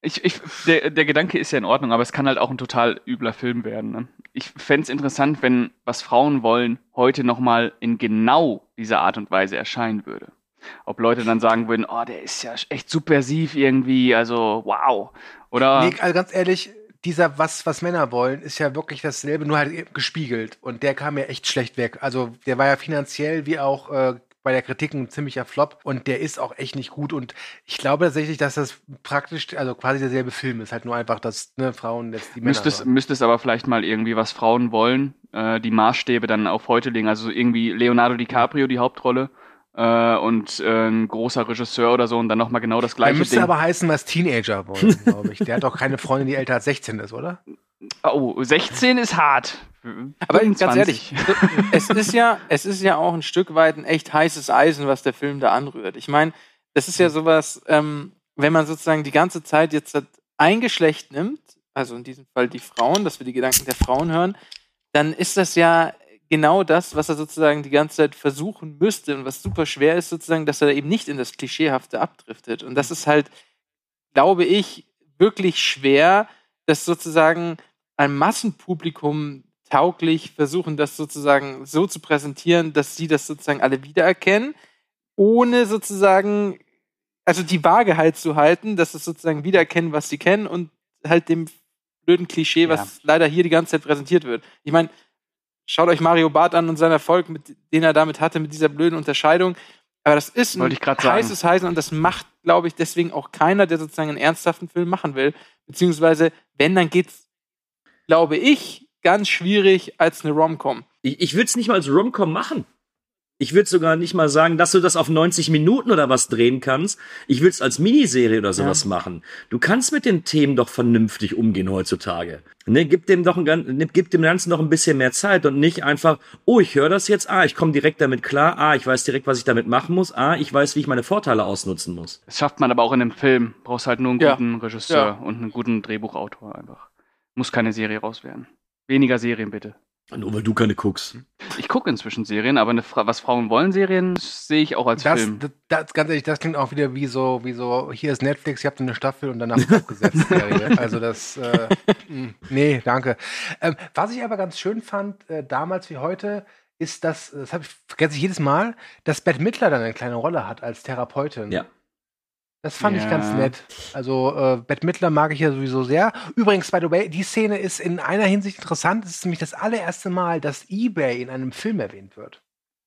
Ich, ich, der, der Gedanke ist ja in Ordnung, aber es kann halt auch ein total übler Film werden. Ne? Ich fände es interessant, wenn was Frauen wollen heute nochmal in genau dieser Art und Weise erscheinen würde. Ob Leute dann sagen würden, oh, der ist ja echt subversiv irgendwie, also wow. Oder Nee, also ganz ehrlich, dieser was, was Männer wollen, ist ja wirklich dasselbe, nur halt gespiegelt. Und der kam ja echt schlecht weg. Also der war ja finanziell wie auch äh, bei der Kritik ein ziemlicher Flop. Und der ist auch echt nicht gut. Und ich glaube tatsächlich, dass das praktisch, also quasi derselbe Film ist. Halt nur einfach, dass ne, Frauen jetzt die Männer müsste es, hören. müsste es aber vielleicht mal irgendwie, was Frauen wollen, äh, die Maßstäbe dann auf heute legen. Also irgendwie Leonardo DiCaprio die Hauptrolle äh, und äh, ein großer Regisseur oder so und dann nochmal genau das Der gleiche müsste Ding. aber heißen, was Teenager wollen, glaube ich. Der hat doch keine Freundin, die älter als sechzehn ist, oder? Oh, sechzehn ist hart. Aber ganz fünfundzwanzig. ehrlich, es ist ja, es ist ja auch ein Stück weit ein echt heißes Eisen, was der Film da anrührt. Ich meine, das ist ja sowas, ähm, wenn man sozusagen die ganze Zeit jetzt ein Geschlecht nimmt, also in diesem Fall die Frauen, dass wir die Gedanken der Frauen hören, dann ist das ja genau das, was er sozusagen die ganze Zeit versuchen müsste und was super schwer ist sozusagen, dass er eben nicht in das Klischeehafte abdriftet. Und das ist halt, glaube ich, wirklich schwer, das sozusagen einem Massenpublikum tauglich versuchen, das sozusagen so zu präsentieren, dass sie das sozusagen alle wiedererkennen, ohne sozusagen, also die Waage halt zu halten, dass es sozusagen wiedererkennen, was sie kennen und halt dem blöden Klischee, was Ja. leider hier die ganze Zeit präsentiert wird. Ich meine, schaut euch Mario Barth an und seinen Erfolg, mit, den er damit hatte, mit dieser blöden Unterscheidung. Aber das ist ein Wollte ich grad sagen. heißes Eisen und das macht, glaube ich, deswegen auch keiner, der sozusagen einen ernsthaften Film machen will. Beziehungsweise, wenn, dann geht's, glaube ich, ganz schwierig als eine Rom-Com. Ich, ich würde es nicht mal als Rom-Com machen. Ich würde sogar nicht mal sagen, dass du das auf neunzig Minuten oder was drehen kannst. Ich würde es als Miniserie oder sowas Ja. machen. Du kannst mit den Themen doch vernünftig umgehen heutzutage. Ne, gib dem doch ein, gan- ne, gib dem Ganzen noch ein bisschen mehr Zeit und nicht einfach, oh, ich höre das jetzt, ah, ich komme direkt damit klar, ah, ich weiß direkt, was ich damit machen muss, ah, ich weiß, wie ich meine Vorteile ausnutzen muss. Das schafft man aber auch in einem Film. Brauchst halt nur einen Ja. guten Regisseur Ja. und einen guten Drehbuchautor einfach. Muss keine Serie raus werden. Weniger Serien bitte. Nur weil du keine guckst. Ich gucke inzwischen Serien, aber eine Fra- was Frauen wollen Serien sehe ich auch als Das, Film. das, das, ganz ehrlich, das klingt auch wieder wie so, wie so, hier ist Netflix, ihr habt eine Staffel und danach ist abgesetzt. Serie. Also das, äh, mh, nee, danke. Ähm, was ich aber ganz schön fand, äh, damals wie heute, ist, dass, das habe ich, vergesse ich jedes Mal, dass Bette Midler dann eine kleine Rolle hat als Therapeutin. Ja. Das fand ich Ja. ganz nett. Also äh, Bette Midler mag ich ja sowieso sehr. Übrigens, by the way, die Szene ist in einer Hinsicht interessant. Es ist nämlich das allererste Mal, dass eBay in einem Film erwähnt wird.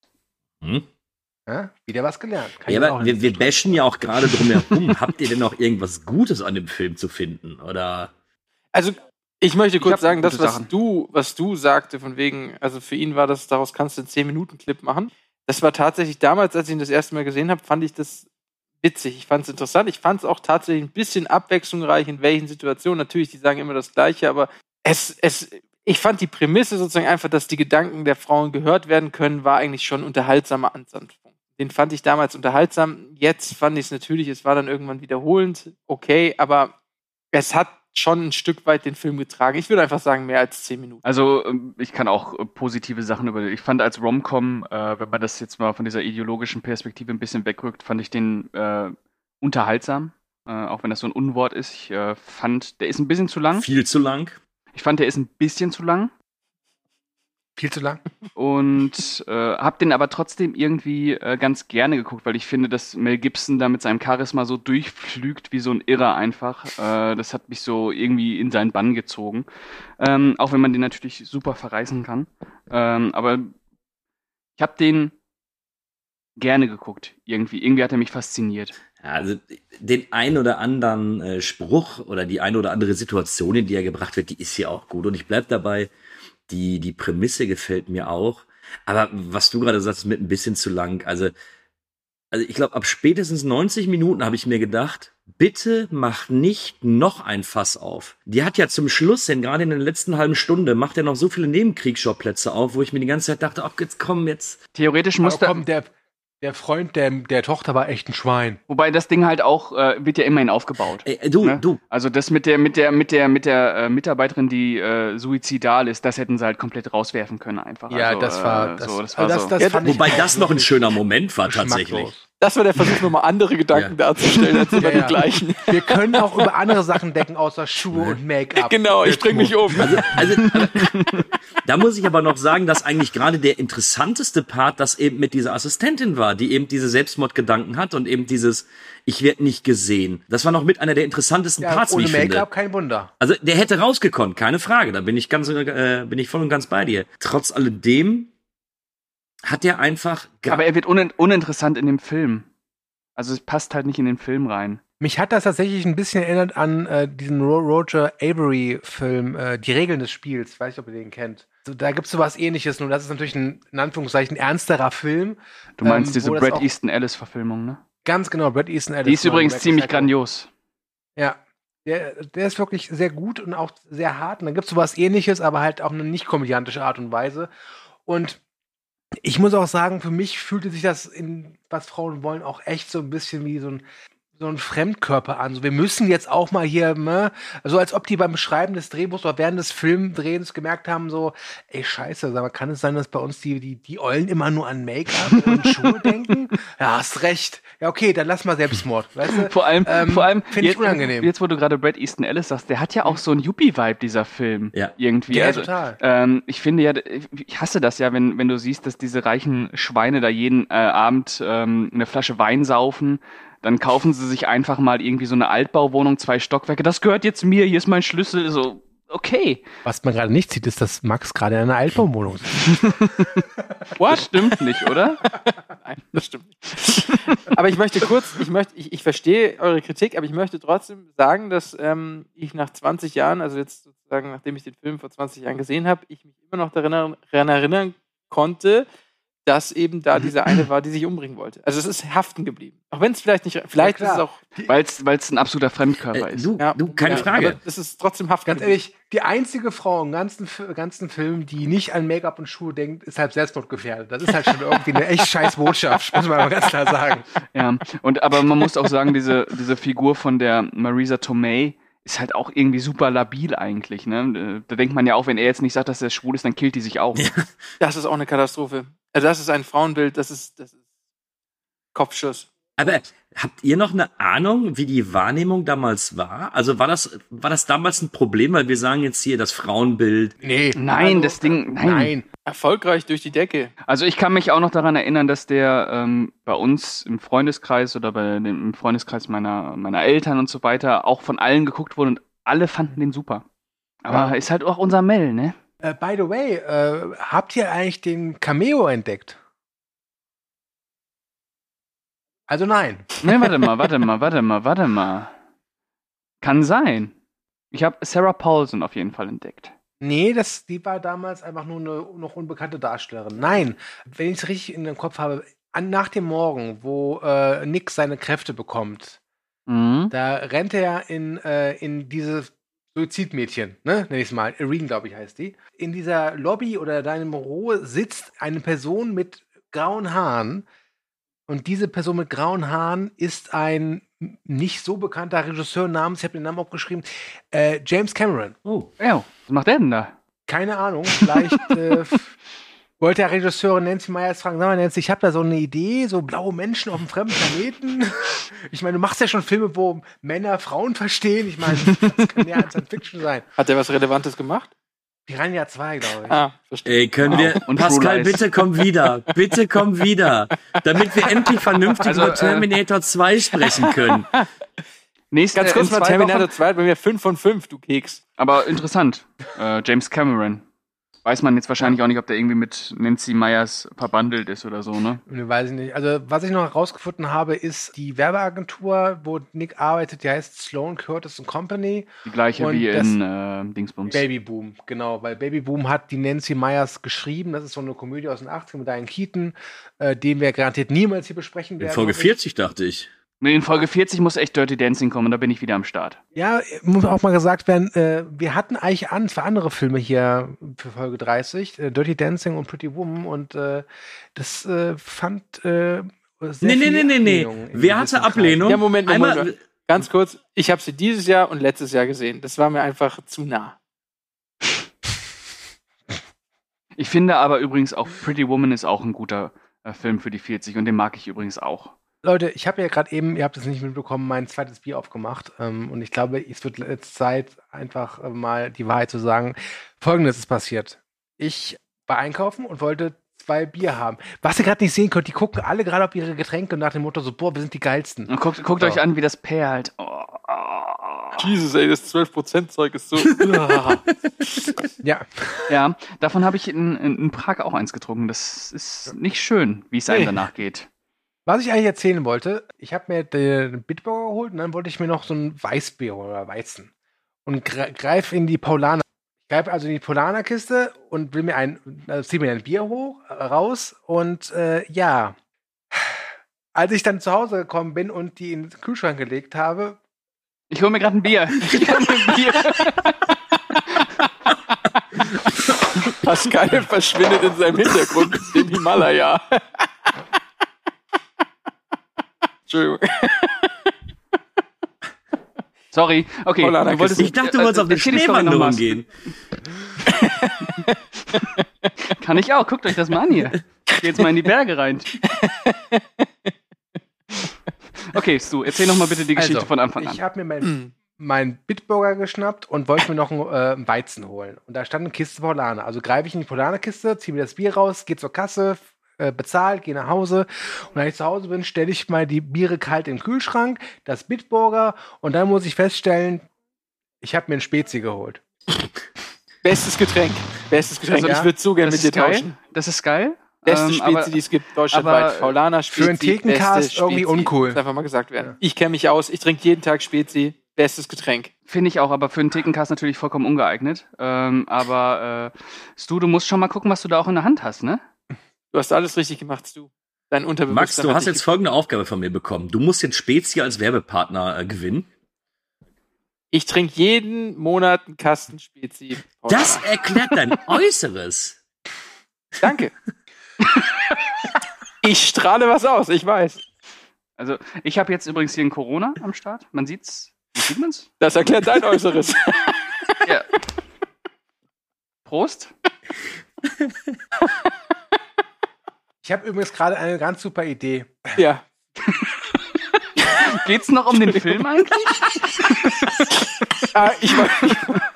Hm? Ja? Wieder was gelernt. Kann Ja, ich auch aber wir, nicht wir so bashen ja auch gerade drumherum. Habt ihr denn noch irgendwas Gutes an dem Film zu finden? Oder? Also, ich möchte Ich kurz hab sagen, das, gute was Sachen. du, was du sagte, von wegen, also für ihn war das, daraus kannst du einen zehn Minuten Clip machen. Das war tatsächlich damals, als ich ihn das erste Mal gesehen habe, fand ich das witzig. Ich fand es interessant. Ich fand es auch tatsächlich ein bisschen abwechslungsreich, in welchen Situationen. Natürlich, die sagen immer das Gleiche, aber es, es, ich fand die Prämisse sozusagen einfach, dass die Gedanken der Frauen gehört werden können, war eigentlich schon ein unterhaltsamer Ansatzpunkt. Den fand ich damals unterhaltsam. Jetzt fand ich es natürlich, es war dann irgendwann wiederholend, okay, aber es hat schon ein Stück weit den Film getragen. Ich würde einfach sagen, mehr als zehn Minuten. Also ähm, ich kann auch äh, positive Sachen über. Ich fand als Rom-Com, äh, wenn man das jetzt mal von dieser ideologischen Perspektive ein bisschen wegrückt, fand ich den äh, unterhaltsam, äh, auch wenn das so ein Unwort ist. Ich äh, fand, der ist ein bisschen zu lang. Viel zu lang? Ich fand, der ist ein bisschen zu lang. Viel zu lang. Und äh, hab den aber trotzdem irgendwie äh, ganz gerne geguckt, weil ich finde, dass Mel Gibson da mit seinem Charisma so durchflügt wie so ein Irrer einfach. Äh, das hat mich so irgendwie in seinen Bann gezogen. Ähm, auch wenn man den natürlich super verreißen kann. Ähm, aber ich habe den gerne geguckt. Irgendwie. Irgendwie hat er mich fasziniert. Ja, also den ein oder anderen äh, Spruch oder die eine oder andere Situation, in die er gebracht wird, die ist hier auch gut. Und ich bleib dabei, die, die Prämisse gefällt mir auch. Aber was du gerade sagst, ist mit ein bisschen zu lang. Also, also ich glaube, ab spätestens neunzig Minuten habe ich mir gedacht, bitte mach nicht noch ein Fass auf. Die hat ja zum Schluss hin, gerade in der letzten halben Stunde, macht er noch so viele Nebenkriegsschauplätze auf, wo ich mir die ganze Zeit dachte, ach, jetzt komm, jetzt. Theoretisch Aber musste. komm, der, Der Freund der, der Tochter war echt ein Schwein. Wobei das Ding halt auch, äh, wird ja immerhin aufgebaut. Ey, du, ne? du. Also das mit der, mit der, mit der, mit der äh, Mitarbeiterin, die äh, suizidal ist, das hätten sie halt komplett rauswerfen können einfach. Ja, also, das war, äh, das, so, das also war das, so. das Ja, fand wobei ich das noch ein schöner Moment war tatsächlich. Das war der Versuch, nochmal andere Gedanken Ja. darzustellen, als immer Ja, ja. die gleichen. Wir können auch über andere Sachen denken, außer Schuhe und Make-up. Genau, ich bring mich um. Also, also aber, da muss ich aber noch sagen, dass eigentlich gerade der interessanteste Part das eben mit dieser Assistentin war, die eben diese Selbstmordgedanken hat und eben dieses ich werde nicht gesehen. Das war noch mit einer der interessantesten Ja, Parts, wie ohne ich finde. Make-up kein Wunder. Also der hätte rausgekonnt, keine Frage. Da bin ich ganz, äh, bin ich voll und ganz bei dir. Trotz alledem hat er einfach. Aber er wird unin- uninteressant in dem Film. Also es passt halt nicht in den Film rein. Mich hat das tatsächlich ein bisschen erinnert an äh, diesen Ro- Roger Avery-Film, äh, Die Regeln des Spiels. Ich weiß nicht, ob ihr den kennt. So, da gibt's so was Ähnliches. Nur das ist natürlich ein, in Anführungszeichen, ernsterer Film. Du meinst ähm, diese wo das Bret auch- Easton Ellis-Verfilmung, ne? Ganz genau, Bret Easton Ellis. Die ist übrigens Black ziemlich Psycho. grandios. Ja. Der, der ist wirklich sehr gut und auch sehr hart. Und dann gibt's so was Ähnliches, aber halt auf eine nicht komödiantische Art und Weise. Und ich muss auch sagen, für mich fühlte sich das in Was Frauen wollen auch echt so ein bisschen wie so ein so ein Fremdkörper an. So, wir müssen jetzt auch mal hier, ne, also als ob die beim Schreiben des Drehbuchs oder während des Filmdrehens gemerkt haben, so, ey, scheiße, sag mal, kann es sein, dass bei uns die, die, die Eulen immer nur an Make-up und Schuhe denken? Ja, hast recht. Ja, okay, dann lass mal Selbstmord, weißt du? Vor allem, Ähm, vor allem finde ich jetzt, unangenehm. jetzt, wo du gerade Bret Easton Ellis sagst, der hat ja auch so einen Yuppie-Vibe, dieser Film. Ja. Irgendwie. Ja, also, total. Ähm, ich finde ja, ich hasse das ja, wenn, wenn du siehst, dass diese reichen Schweine da jeden äh, Abend ähm, eine Flasche Wein saufen. Dann kaufen sie sich einfach mal irgendwie so eine Altbauwohnung, zwei Stockwerke. Das gehört jetzt mir, hier ist mein Schlüssel. So, okay. Was man gerade nicht sieht, ist, dass Max gerade in einer Altbauwohnung ist. What? Das stimmt nicht, oder? Nein, das stimmt nicht. Aber ich möchte kurz, ich möchte, ich, ich verstehe eure Kritik, aber ich möchte trotzdem sagen, dass ähm, ich nach zwanzig Jahren, also jetzt sozusagen, nachdem ich den Film vor zwanzig Jahren gesehen habe, ich mich immer noch daran, daran erinnern konnte, dass eben da diese eine war, die sich umbringen wollte. Also es ist haften geblieben. Auch wenn es vielleicht nicht, vielleicht Ja, ist es klar. auch, Weil es ein absoluter Fremdkörper Äh, ist. du, ja, du, keine ja, Frage. aber es ist trotzdem haften Ganz geblieben. ehrlich, die einzige Frau im ganzen, Fi- ganzen Film, die nicht an Make-up und Schuhe denkt, ist halt selbstmordgefährdet. Das ist halt schon irgendwie eine echt scheiß Botschaft, muss man mal ganz klar sagen. Ja, und aber man muss auch sagen, diese, diese Figur von der Marisa Tomei ist halt auch irgendwie super labil eigentlich, ne? Da denkt man ja auch, wenn er jetzt nicht sagt, dass er schwul ist, dann killt die sich auch. Das ist auch eine Katastrophe. Also das ist ein Frauenbild, das ist, das ist Kopfschuss. Aber habt ihr noch eine Ahnung, wie die Wahrnehmung damals war? Also war das, war das damals ein Problem, weil wir sagen jetzt hier das Frauenbild? Nee. Nein, also, das Ding, nein. Nein. Erfolgreich durch die Decke. Also ich kann mich auch noch daran erinnern, dass der ähm, bei uns im Freundeskreis oder bei dem, im Freundeskreis meiner, meiner Eltern und so weiter auch von allen geguckt wurde und alle fanden den super. Aber Ja. ist halt auch unser Mel, ne? Äh, by the way, äh, habt ihr eigentlich den Cameo entdeckt? Also nein. Ne, warte mal, warte mal, warte mal, warte mal. Kann sein. Ich habe Sarah Paulson auf jeden Fall entdeckt. Nee, das, die war damals einfach nur eine noch unbekannte Darstellerin. Nein, wenn ich es richtig in den Kopf habe, an, nach dem Morgen, wo äh, Nick seine Kräfte bekommt, Mhm. da rennt er in, äh, in diese Suizidmädchen, ne, nenn ich es mal, Irene, glaube ich, heißt die. In dieser Lobby oder da im Büro sitzt eine Person mit grauen Haaren und diese Person mit grauen Haaren ist ein nicht so bekannter Regisseur namens, ich habe den Namen aufgeschrieben, äh, James Cameron. Oh. Ja, was macht der denn da? Keine Ahnung, vielleicht äh, wollte der Regisseur Nancy Meyers fragen, sag mal Nancy, ich habe da so eine Idee, so blaue Menschen auf einem fremden Planeten. Ich meine, du machst ja schon Filme, wo Männer Frauen verstehen. Ich meine, das kann ja Science Fiction sein. Hat der was Relevantes gemacht? Piranha zwei, glaube ich. Ah, verstehe. Ey, können wir, Und Pascal, True Lies. bitte komm wieder. Bitte komm wieder. Damit wir endlich vernünftig Also, über äh, Terminator zwei sprechen können. Nächste, Ganz äh, kurz in mal zwei Terminator Wochen- zwei hat bei mir fünf von fünf, du Keks. Aber interessant. Äh, James Cameron. Weiß man jetzt wahrscheinlich auch nicht, ob der irgendwie mit Nancy Meyers verbandelt ist oder so, ne? Ne, weiß ich nicht. Also, was ich noch herausgefunden habe, ist die Werbeagentur, wo Nick arbeitet, die heißt Sloan Curtis and Company. Die gleiche Und wie das- in äh, Dingsbums. Babyboom, genau, weil Babyboom hat die Nancy Meyers geschrieben. Das ist so eine Komödie aus den achtzigern mit Diane Keaton, äh, den wir garantiert niemals hier besprechen In werden. Folge hoffe ich. vierzig dachte ich. Nee, in Folge vierzig muss echt Dirty Dancing kommen, da bin ich wieder am Start. Ja, muss auch mal gesagt werden, äh, wir hatten eigentlich an für andere Filme hier für Folge dreißig, äh, Dirty Dancing und Pretty Woman und äh, das äh, fand äh, sehr Nee, nee, viel nee, nee, nee. Ablehnung in Wer gewissen hatte Ablehnung? Ja, Moment, Moment, Einmal- Moment. Ganz kurz. Ich habe sie dieses Jahr und letztes Jahr gesehen. Das war mir einfach zu nah. Ich finde aber übrigens auch Pretty Woman ist auch ein guter äh, Film für die vierzig und den mag ich übrigens auch. Leute, ich habe ja gerade eben, ihr habt es nicht mitbekommen, mein zweites Bier aufgemacht. Ähm, und ich glaube, es wird jetzt Zeit, einfach äh, mal die Wahrheit zu sagen. Folgendes ist passiert. Ich war einkaufen und wollte zwei Bier haben. Was ihr gerade nicht sehen könnt, die gucken alle gerade auf ihre Getränke und nach dem Motto so, boah, wir sind die Geilsten. Und guckt, guckt So. euch an, wie das perlt. Oh. Jesus, ey, das zwölf Prozent Zeug ist so. Ja. Ja, davon habe ich in, in, in Prag auch eins getrunken. Das ist nicht schön, wie es einem Nee. danach geht. Was ich eigentlich erzählen wollte, ich habe mir den Bitburger geholt und dann wollte ich mir noch so ein Weißbier holen oder Weizen. Und gre greife in die Paulaner. Ich greife also in die Paulaner-Kiste und will mir ein, also zieh mir ein Bier hoch, äh, raus und äh, ja. Als ich dann zu Hause gekommen bin und die in den Kühlschrank gelegt habe. Ich hole mir gerade ein Bier. Ich hole mir ein Bier. Pascal verschwindet in seinem Hintergrund im Himalaya. Entschuldigung. Sorry, okay. Paulaner Du wolltest, Ich dachte, du wolltest auf eine erzähl die Story noch Schneewanderung mal. gehen. Kann ich auch. Guckt euch das mal an hier. Ich geh jetzt mal in die Berge rein. Okay, Stu, erzähl noch mal bitte die Geschichte Also, von Anfang an. Ich habe mir meinen mein Bitburger geschnappt und wollte mir noch einen äh, Weizen holen. Und da stand eine Kiste Paulaner. Also greife ich in die Paulaner-Kiste, ziehe mir das Bier raus, gehe zur Kasse, äh, bezahlt, gehe nach Hause. Und wenn ich zu Hause bin, stelle ich mal die Biere kalt im Kühlschrank, das Bitburger. Und dann muss ich feststellen, ich habe mir ein Spezi geholt. Bestes Getränk. Bestes Getränk. Also, ich würde so gerne das mit dir ist geil. tauschen. Das ist geil. Beste Ähm, Spezi, aber- die es gibt deutschlandweit. aber Paulaner Spezi. für einen Thekencast beste irgendwie Spezi. uncool. Muss einfach mal gesagt werden. Ja. Ich kenne mich aus. Ich trinke jeden Tag Spezi. Bestes Getränk. Finde ich auch, aber für einen Thekencast natürlich vollkommen ungeeignet. Ähm, aber äh, Stu, du musst schon mal gucken, was du da auch in der Hand hast, ne? Du hast alles richtig gemacht, Stu. Dein Unterbewusstsein. Max, du hat hast dich jetzt folgende Aufgabe von mir bekommen. Du musst jetzt Spezi als Werbepartner äh, gewinnen. Ich trinke jeden Monat einen Kasten Spezi. Das erklärt dein Äußeres. Danke. Ich strahle was aus, ich weiß. Also, ich habe jetzt übrigens hier ein Corona am Start. Man sieht's. Wie sieht man's? Das erklärt dein Äußeres. Ja. Prost. Ich habe übrigens gerade eine ganz super Idee. Ja. Geht's noch um den Film eigentlich? Ah, ich weiß.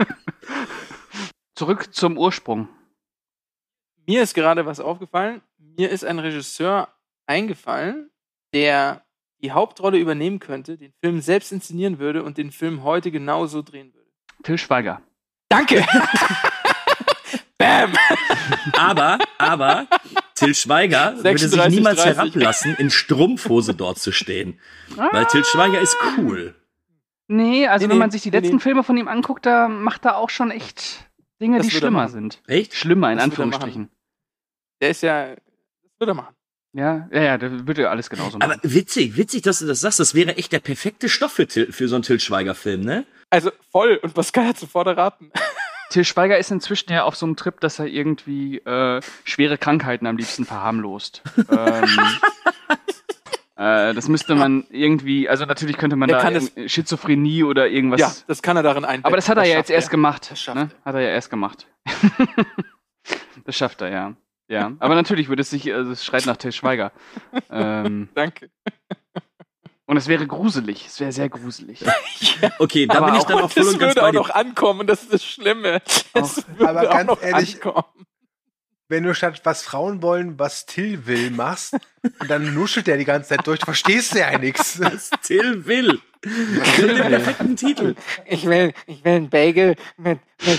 Zurück zum Ursprung. Mir ist gerade was aufgefallen. Mir ist ein Regisseur eingefallen, der die Hauptrolle übernehmen könnte, den Film selbst inszenieren würde und den Film heute genauso drehen würde. Till Schweiger. Danke! Bam! Aber, aber, Till Schweiger würde sich sechsunddreißig, niemals dreißig. herablassen, in Strumpfhose dort zu stehen. Weil Till Schweiger ist cool. Nee, also Nee, wenn nee, man sich die nee, letzten nee. Filme von ihm anguckt, da macht er auch schon echt Dinge, Das die wird er schlimmer machen. sind. Echt? Schlimmer, in Das wird er Anführungsstrichen. Der ist ja. Das wird er machen. Ja, ja, ja, da wird ja alles genauso machen. Aber witzig, witzig, dass du das sagst. Das wäre echt der perfekte Stoff für, Till, für so einen Till Schweiger-Film, ne? Also voll. Und Pascal hat sofort erraten. Till Schweiger ist inzwischen ja auf so einem Trip, dass er irgendwie äh, schwere Krankheiten am liebsten verharmlost. ähm, äh, das müsste man irgendwie, also natürlich könnte man Der da kann es- irg- Schizophrenie oder irgendwas. Ja, das kann er darin einbetten. aber das hat er ja jetzt schafft erst gemacht. Das schafft Ne? Hat er ja erst gemacht. Das schafft er, ja. Ja, aber natürlich würde es sich, also es schreit nach Till Schweiger. ähm, Danke. und es wäre gruselig, es wäre sehr gruselig. Okay, da Aber bin ich auch- dann auch voll Das und ganz würde bei auch dir. noch ankommen, das ist das Schlimme. Das würde Aber auch ganz noch ehrlich- ankommen. Wenn du statt was Frauen wollen, was Till will, machst, und dann nuschelt der die ganze Zeit durch, du verstehst ja nichts. Was Till will. Till den perfekten Titel. Ich will, ich will einen Bagel mit, mit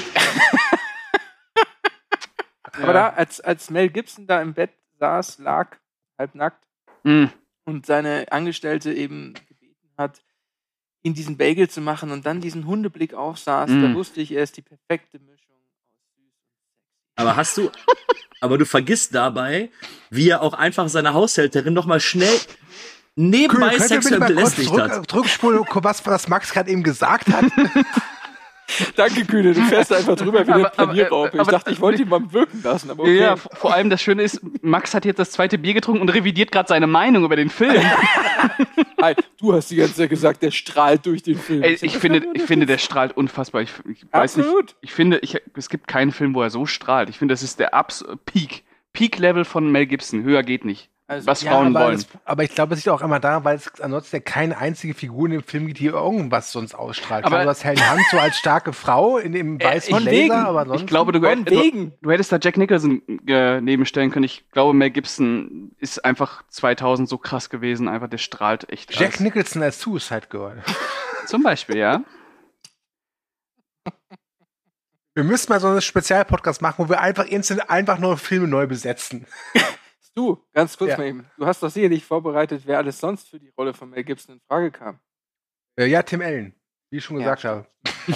Aber da, als, als Mel Gibson da im Bett saß, lag, halbnackt, Mm. und seine Angestellte eben gebeten hat, ihn diesen Bagel zu machen und dann diesen Hundeblick aufsaß, Mm. da wusste ich, er ist die perfekte Mischung aus süß und sexy. Aber hast du, aber du vergisst dabei, wie er auch einfach seine Haushälterin noch mal schnell nebenbei Könnt ihr bitte sexuell mal kurz belästigt zurück, hat. zurückspulen, was, was Max gerade eben gesagt hat? Danke, Kühne, du fährst einfach drüber wie eine Panierraupe. Ich aber- dachte, ich wollte ihn mal wirken lassen, aber okay. Ja, vor allem das Schöne ist, Max hat jetzt das zweite Bier getrunken und revidiert gerade seine Meinung über den Film. Hi, du hast die ganze Zeit gesagt, der strahlt durch den Film. Ey, ich finde, ich finde, der strahlt unfassbar. Ich, ich weiß Absolut. nicht. Ich finde, ich, es gibt keinen Film, wo er so strahlt. Ich finde, das ist der Abs Peak. Peak-Level von Mel Gibson. Höher geht nicht. Also, was Ja, Frauen aber, wollen. das, aber ich glaube, es liegt auch immer daran, weil es ansonsten ja keine einzige Figur in dem Film gibt, die irgendwas sonst ausstrahlt. Aber- Klar, du hast Helen Hunt so als starke Frau in dem weißen von Blazer, wegen. aber sonst... Ich glaube, du, Von du, wegen. du hättest da Jack Nicholson äh, nebenstellen können. Ich glaube, Mel Gibson ist einfach zweitausend so krass gewesen. Einfach, der strahlt echt. Jack alles. Nicholson als Suicide Girl. Zum Beispiel, ja. Wir müssen mal so einen Spezialpodcast machen, wo wir einfach instant einfach nur Filme neu besetzen. Du, ganz kurz Ja. mal eben. Du hast doch sicherlich vorbereitet, wer alles sonst für die Rolle von Mel Gibson in Frage kam. Äh, ja, Tim Allen, wie ich schon Ja, gesagt habe.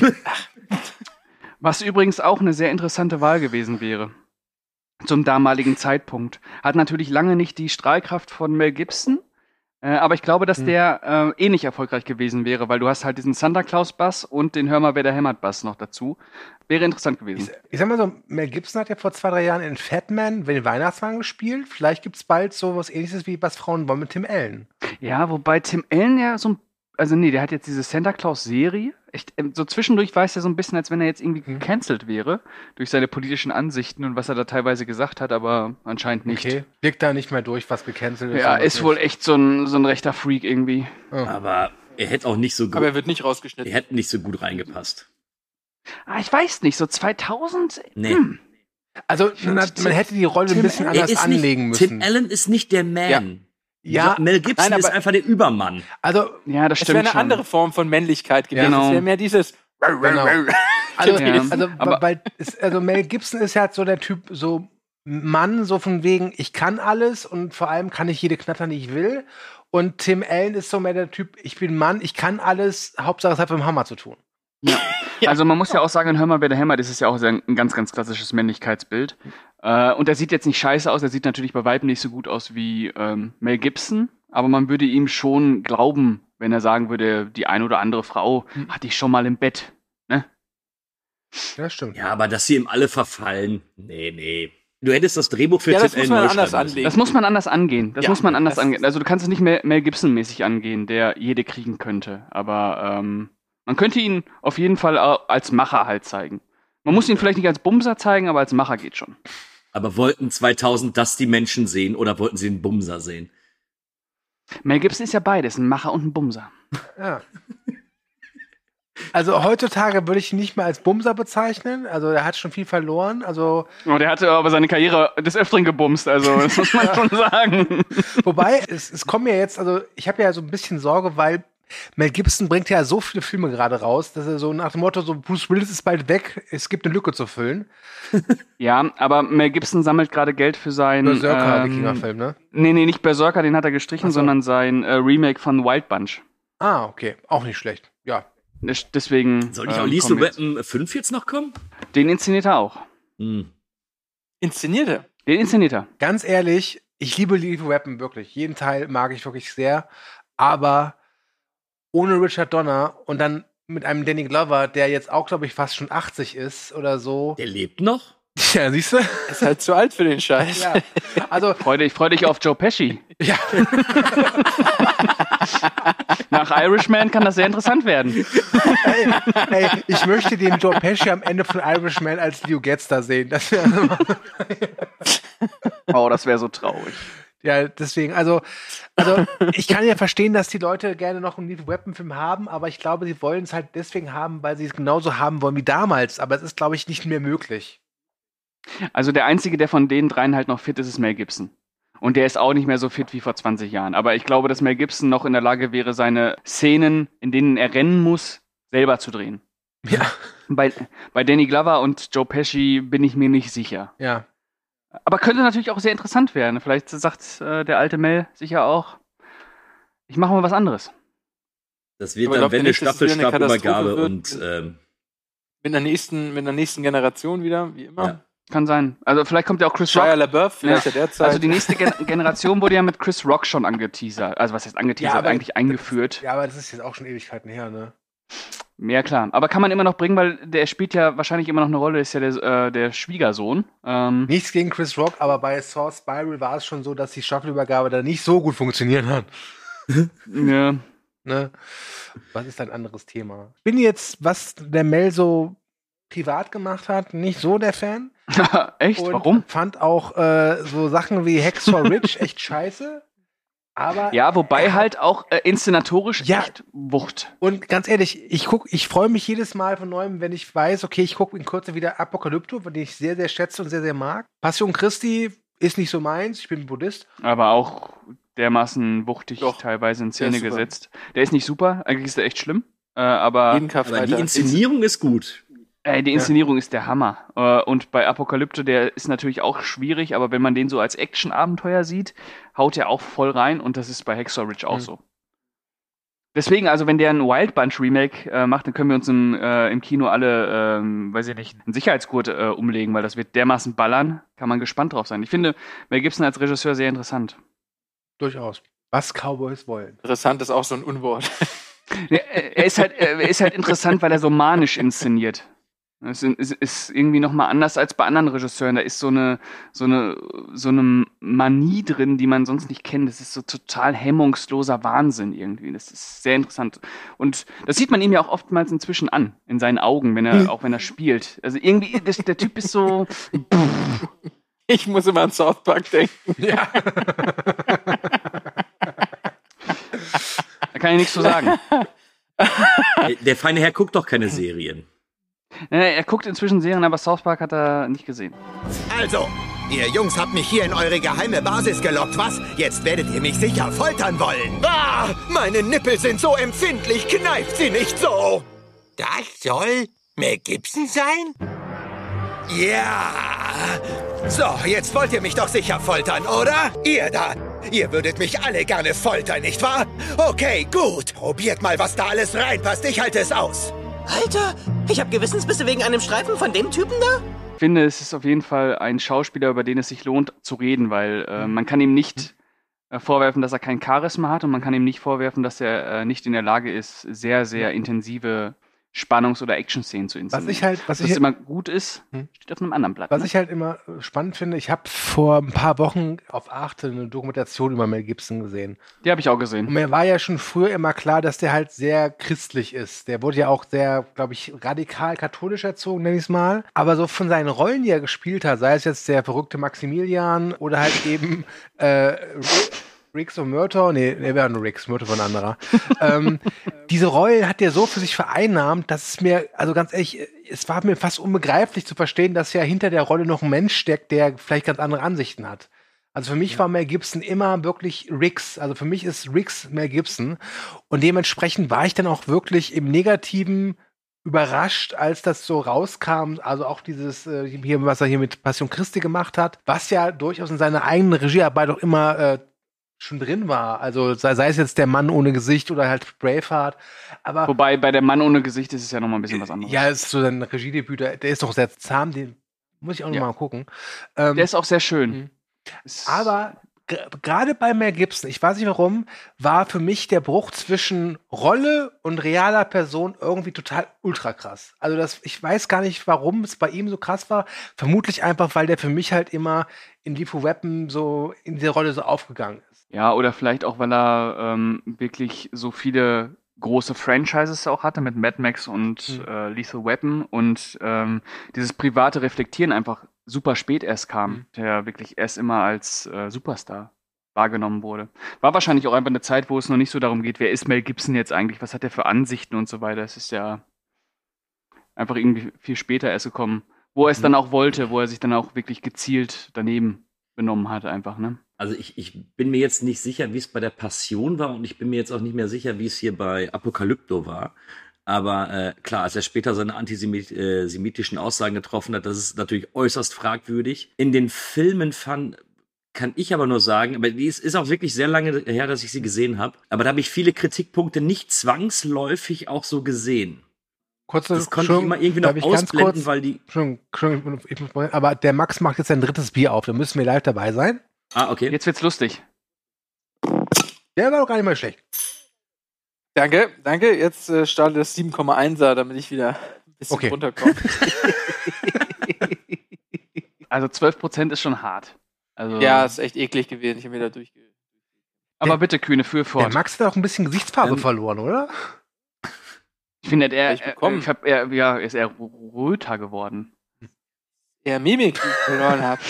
Was übrigens auch eine sehr interessante Wahl gewesen wäre. Zum damaligen Zeitpunkt. Hat natürlich lange nicht die Strahlkraft von Mel Gibson. Äh, aber ich glaube, dass Hm. der äh, ähnlich erfolgreich gewesen wäre, weil du hast halt diesen Santa Claus Bass und den Hör mal, wer der hämmert Bass noch dazu. Wäre interessant gewesen. Ich sag mal so, Mel Gibson hat ja vor zwei, drei Jahren in Fat Man den Weihnachtswagen gespielt. Vielleicht gibt's bald so was Ähnliches wie Was Frauen wollen mit Tim Allen. Ja, wobei Tim Allen ja so ein, also nee, der hat jetzt diese Santa Claus Serie. Echt, ähm, so zwischendurch weiß er so ein bisschen, als wenn er jetzt irgendwie Mhm. gecancelt wäre durch seine politischen Ansichten und was er da teilweise gesagt hat, aber anscheinend nicht. Okay, blickt da nicht mehr durch, was gecancelt ist. Ja, und was ist wohl nicht. echt so ein, so ein rechter Freak irgendwie. Aber er hätte auch nicht so gut, Aber er wird nicht er rausgeschnitten. hätte nicht so gut reingepasst. Ah, ich weiß nicht, so zweitausend? Nee. Hm. Also man, hat, man hätte die Rolle ein bisschen Er anders ist anlegen nicht, müssen. Tim Allen ist nicht der Man. Ja, Mel Gibson nein, ist aber- einfach der Übermann. also Ja, das Es stimmt wäre eine schon. andere Form von Männlichkeit gewesen. Genau. Es wäre mehr dieses. Genau. Also, Ja, also, aber- weil, es, also Mel Gibson ist ja halt so der Typ, so Mann, so von wegen, ich kann alles und vor allem kann ich jede knattern, die ich will. Und Tim Allen ist so mehr der Typ, ich bin Mann, ich kann alles, Hauptsache es hat mit dem Hammer zu tun. Ja. Also man muss ja auch sagen, Hör mal, wer der hämmert, das ist ja auch sehr- ein ganz, ganz klassisches Männlichkeitsbild. Äh, und er sieht jetzt nicht scheiße aus, er sieht natürlich bei Weitem nicht so gut aus wie ähm, Mel Gibson, aber man würde ihm schon glauben, wenn er sagen würde, die eine oder andere Frau hatte ich schon mal im Bett. Ne? Ja, stimmt. Ja, aber dass sie ihm alle verfallen, nee, nee. Du hättest das Drehbuch für Ja, das Tim muss Allen man neu anders schreiben müssen. anlegen. Das muss man anders angehen. Das Ja, muss man anders das- angehen. Also du kannst es nicht mehr Mel Gibson-mäßig angehen, der jede kriegen könnte. Aber ähm, man könnte ihn auf jeden Fall au- als Macher halt zeigen. Man muss ihn vielleicht nicht als Bumser zeigen, aber als Macher geht schon. Aber wollten zweitausend das die Menschen sehen oder wollten sie einen Bumser sehen? Mel Gibson ist ja beides, ein Macher und ein Bumser. Ja. Also heutzutage würde ich ihn nicht mehr als Bumser bezeichnen. Also er hat schon viel verloren. Also Oh, der hatte aber seine Karriere des Öfteren gebumst, also das muss man schon sagen. wobei es, es kommen ja jetzt, also ich habe ja so ein bisschen Sorge, weil Mel Gibson bringt ja so viele Filme gerade raus, dass er so nach dem Motto, so Bruce Willis ist bald weg, es gibt eine Lücke zu füllen. Ja, aber Mel Gibson sammelt gerade Geld für sein Berserker, ähm, Wikinger-Film, ne? Nee, nee, nicht Berserker, den hat er gestrichen, Ach so. sondern sein äh, Remake von Wild Bunch. Ah, okay. Auch nicht schlecht. Ja. Des- Deswegen. Soll nicht ähm, auch Lethal kommen jetzt- Weapon fünf jetzt noch kommen? Den inszeniert er auch. Hm. Inszenierte. Den inszeniert er. Ganz ehrlich, ich liebe Lethal Weapon wirklich. Jeden Teil mag ich wirklich sehr. Aber ohne Richard Donner und dann mit einem Danny Glover, der jetzt auch, glaube ich, fast schon achtzig ist oder so. Der lebt noch? Ja, siehst du? Ist halt zu alt für den Scheiß. Ja. Also, Freu dich, freu dich auf Joe Pesci. ja. Nach Irishman kann das sehr interessant werden. ey, ey, ich möchte den Joe Pesci am Ende von Irishman als Leo Getz sehen. Das wäre Oh, das wäre so traurig. ja, deswegen, also, also ich kann ja verstehen, dass die Leute gerne noch einen Lethal Weapon Film haben, aber ich glaube, sie wollen es halt deswegen haben, weil sie es genauso haben wollen wie damals. Aber es ist, glaube ich, nicht mehr möglich. Also der Einzige, der von den dreien halt noch fit ist, ist Mel Gibson. Und der ist auch nicht mehr so fit wie vor zwanzig Jahren. Aber ich glaube, dass Mel Gibson noch in der Lage wäre, seine Szenen, in denen er rennen muss, selber zu drehen. Ja. Bei, bei Danny Glover und Joe Pesci bin ich mir nicht sicher. Ja. Aber könnte natürlich auch sehr interessant werden. Vielleicht sagt äh, der alte Mel sicher auch, ich mache mal was anderes. Das wird Aber ich dann, glaub wenn nicht, eine dass es wieder eine Staffelstabübergabe Katastrophe und ähm, Mit der nächsten, mit der nächsten Generation wieder, wie immer. Ja. Kann sein. Also vielleicht kommt ja auch Chris Shia Rock. LaBeouf, vielleicht Ja. ja derzeit. Also die nächste Gen Generation wurde ja mit Chris Rock schon angeteasert. Also was heißt angeteasert? Ja, aber- eigentlich eingeführt. Ja, aber das ist jetzt auch schon Ewigkeiten her, ne? Ja, klar. Aber kann man immer noch bringen, weil der spielt ja wahrscheinlich immer noch eine Rolle, ist ja der, äh, der Schwiegersohn. Ähm, Nichts gegen Chris Rock, aber bei Source Spiral war es schon so, dass die Staffelübergabe da nicht so gut funktioniert hat. ja. Ne? Was ist ein anderes Thema? Ich bin jetzt, was der Mel so privat gemacht hat, nicht so der Fan. Echt? Und Warum? Fand auch äh, so Sachen wie Hacksaw Ridge echt scheiße. Aber ja, wobei äh, halt auch äh, inszenatorisch ja, echt Wucht. Und ganz ehrlich, ich guck, ich freue mich jedes Mal von neuem, wenn ich weiß, okay, ich gucke in Kürze wieder Apokalypto, den ich sehr, sehr schätze und sehr, sehr mag. Passion Christi ist nicht so meins, ich bin Buddhist. Aber auch dermaßen wuchtig Doch, teilweise in Szene der ist super. gesetzt. Der ist nicht super, eigentlich ist der echt schlimm. Äh, aber, Jeden Aber die Inszenierung ist gut. Ey, die Inszenierung ja. ist der Hammer. Äh, und bei Apokalypto, der ist natürlich auch schwierig, aber wenn man den so als Action-Abenteuer sieht, haut er auch voll rein und das ist bei Hacksaw Ridge auch mhm. so. Deswegen, also wenn der ein Wild Bunch Remake äh, macht, dann können wir uns im, äh, im Kino alle, ähm, weiß ich nicht, einen Sicherheitsgurt äh, umlegen, weil das wird dermaßen ballern, kann man gespannt drauf sein. Ich finde Mel Gibson als Regisseur sehr interessant. Durchaus. Was Cowboys wollen. Interessant ist auch so ein Unwort. er, er, ist halt, er ist halt interessant, weil er so manisch inszeniert. Es ist, ist irgendwie nochmal anders als bei anderen Regisseuren. Da ist so eine, so eine, so eine Manie drin, die man sonst nicht kennt. Das ist so total hemmungsloser Wahnsinn irgendwie. Das ist sehr interessant. Und das sieht man ihm ja auch oftmals inzwischen an, in seinen Augen, wenn er, auch wenn er spielt. Also irgendwie, das, der Typ ist so. Ich muss immer an South Park denken. Ja. Da kann ich nichts zu sagen. Der feine Herr guckt doch keine Serien. Nee, er guckt inzwischen Serien, aber South Park hat er nicht gesehen. Also, ihr Jungs habt mich hier in eure geheime Basis gelockt, was? Jetzt werdet ihr mich sicher foltern wollen. Ah, meine Nippel sind so empfindlich, kneift sie nicht so. Das soll Mel Gibson sein? Ja. So, jetzt wollt ihr mich doch sicher foltern, oder? Ihr da. Ihr würdet mich alle gerne foltern, nicht wahr? Okay, gut. Probiert mal, was da alles reinpasst. Ich halte es aus. Alter, ich hab Gewissensbisse wegen einem Streifen von dem Typen da? Ich finde, es ist auf jeden Fall ein Schauspieler, über den es sich lohnt zu reden, weil äh, man kann ihm nicht äh, vorwerfen, dass er kein Charisma hat und man kann ihm nicht vorwerfen, dass er äh, nicht in der Lage ist, sehr, sehr intensive Spannungs- oder Action-Szenen zu inszenieren. Was ich halt, was dass ich das immer gut ist, steht auf einem anderen Blatt. Was ne? ich halt immer spannend finde, ich habe vor ein paar Wochen auf Arte eine Dokumentation über Mel Gibson gesehen. Die habe ich auch gesehen. Und mir war ja schon früher immer klar, dass der halt sehr christlich ist. Der wurde ja auch sehr, glaube ich, radikal katholisch erzogen, nenne ich es mal. Aber so von seinen Rollen, die er gespielt hat, sei es jetzt der verrückte Maximilian oder halt eben äh, Riggs und Murtaugh, nee, der wäre nur Riggs, Murtaugh von anderer. ähm, diese Rolle hat er so für sich vereinnahmt, dass es mir, also ganz ehrlich, es war mir fast unbegreiflich zu verstehen, dass ja hinter der Rolle noch ein Mensch steckt, der vielleicht ganz andere Ansichten hat. Also für mich ja. war Mel Gibson immer wirklich Riggs. Also für mich ist Riggs Mel Gibson. Und dementsprechend war ich dann auch wirklich im Negativen überrascht, als das so rauskam, also auch dieses, äh, hier, was er hier mit Passion Christi gemacht hat, was ja durchaus in seiner eigenen Regiearbeit auch immer äh, schon drin war. Also sei, sei es jetzt der Mann ohne Gesicht oder halt Braveheart. Aber wobei bei der Mann ohne Gesicht ist es ja noch mal ein bisschen was anderes. Ja, es ist so sein Regiedebüt, der, der ist doch sehr zahm, den muss ich auch ja. noch mal gucken. Ähm, der ist auch sehr schön. Aber gerade bei Mel Gibson, ich weiß nicht warum, war für mich der Bruch zwischen Rolle und realer Person irgendwie total ultra krass. Also das, ich weiß gar nicht, warum es bei ihm so krass war. Vermutlich einfach, weil der für mich halt immer in Lethal Weapon so in diese Rolle so aufgegangen ist. Ja, oder vielleicht auch, weil er ähm, wirklich so viele große Franchises auch hatte mit Mad Max und mhm. äh, Lethal Weapon und ähm, dieses private Reflektieren einfach super spät erst kam, mhm. der wirklich erst immer als äh, Superstar wahrgenommen wurde. War wahrscheinlich auch einfach eine Zeit, wo es noch nicht so darum geht, wer ist Mel Gibson jetzt eigentlich, was hat er für Ansichten und so weiter. Es ist ja einfach irgendwie viel später erst gekommen, wo er es mhm. dann auch wollte, wo er sich dann auch wirklich gezielt daneben benommen hat einfach, ne? Also ich, ich bin mir jetzt nicht sicher, wie es bei der Passion war und ich bin mir jetzt auch nicht mehr sicher, wie es hier bei Apokalypto war. Aber äh, klar, als er später seine antisemitischen Aussagen getroffen hat, das ist natürlich äußerst fragwürdig. In den Filmen fand, kann ich aber nur sagen, aber die ist, ist auch wirklich sehr lange her, dass ich sie gesehen habe, aber da habe ich viele Kritikpunkte nicht zwangsläufig auch so gesehen. Kurze, das konnte ich immer irgendwie noch ausblenden, kurz, weil die... Schon, schon, ich muss, aber der Max macht jetzt sein drittes Bier auf, da müssen wir live dabei sein. Ah, okay. Jetzt wird's lustig. Der war doch gar nicht mal schlecht. Danke, danke. Jetzt äh, startet das sieben Komma eins er, damit ich wieder ein bisschen Okay. runterkomme. Also zwölf Prozent ist schon hart. Also, Ja, ist echt eklig gewesen. Ich habe wieder durchge... aber bitte, Kühne, führ Der fort. Max hat auch ein bisschen Gesichtsfarbe Ähm, verloren, oder? Ich finde, er, ich er, bekommen. ich hab, er, ja, ist er röter geworden. Ja, Mimik, die ich verloren habe.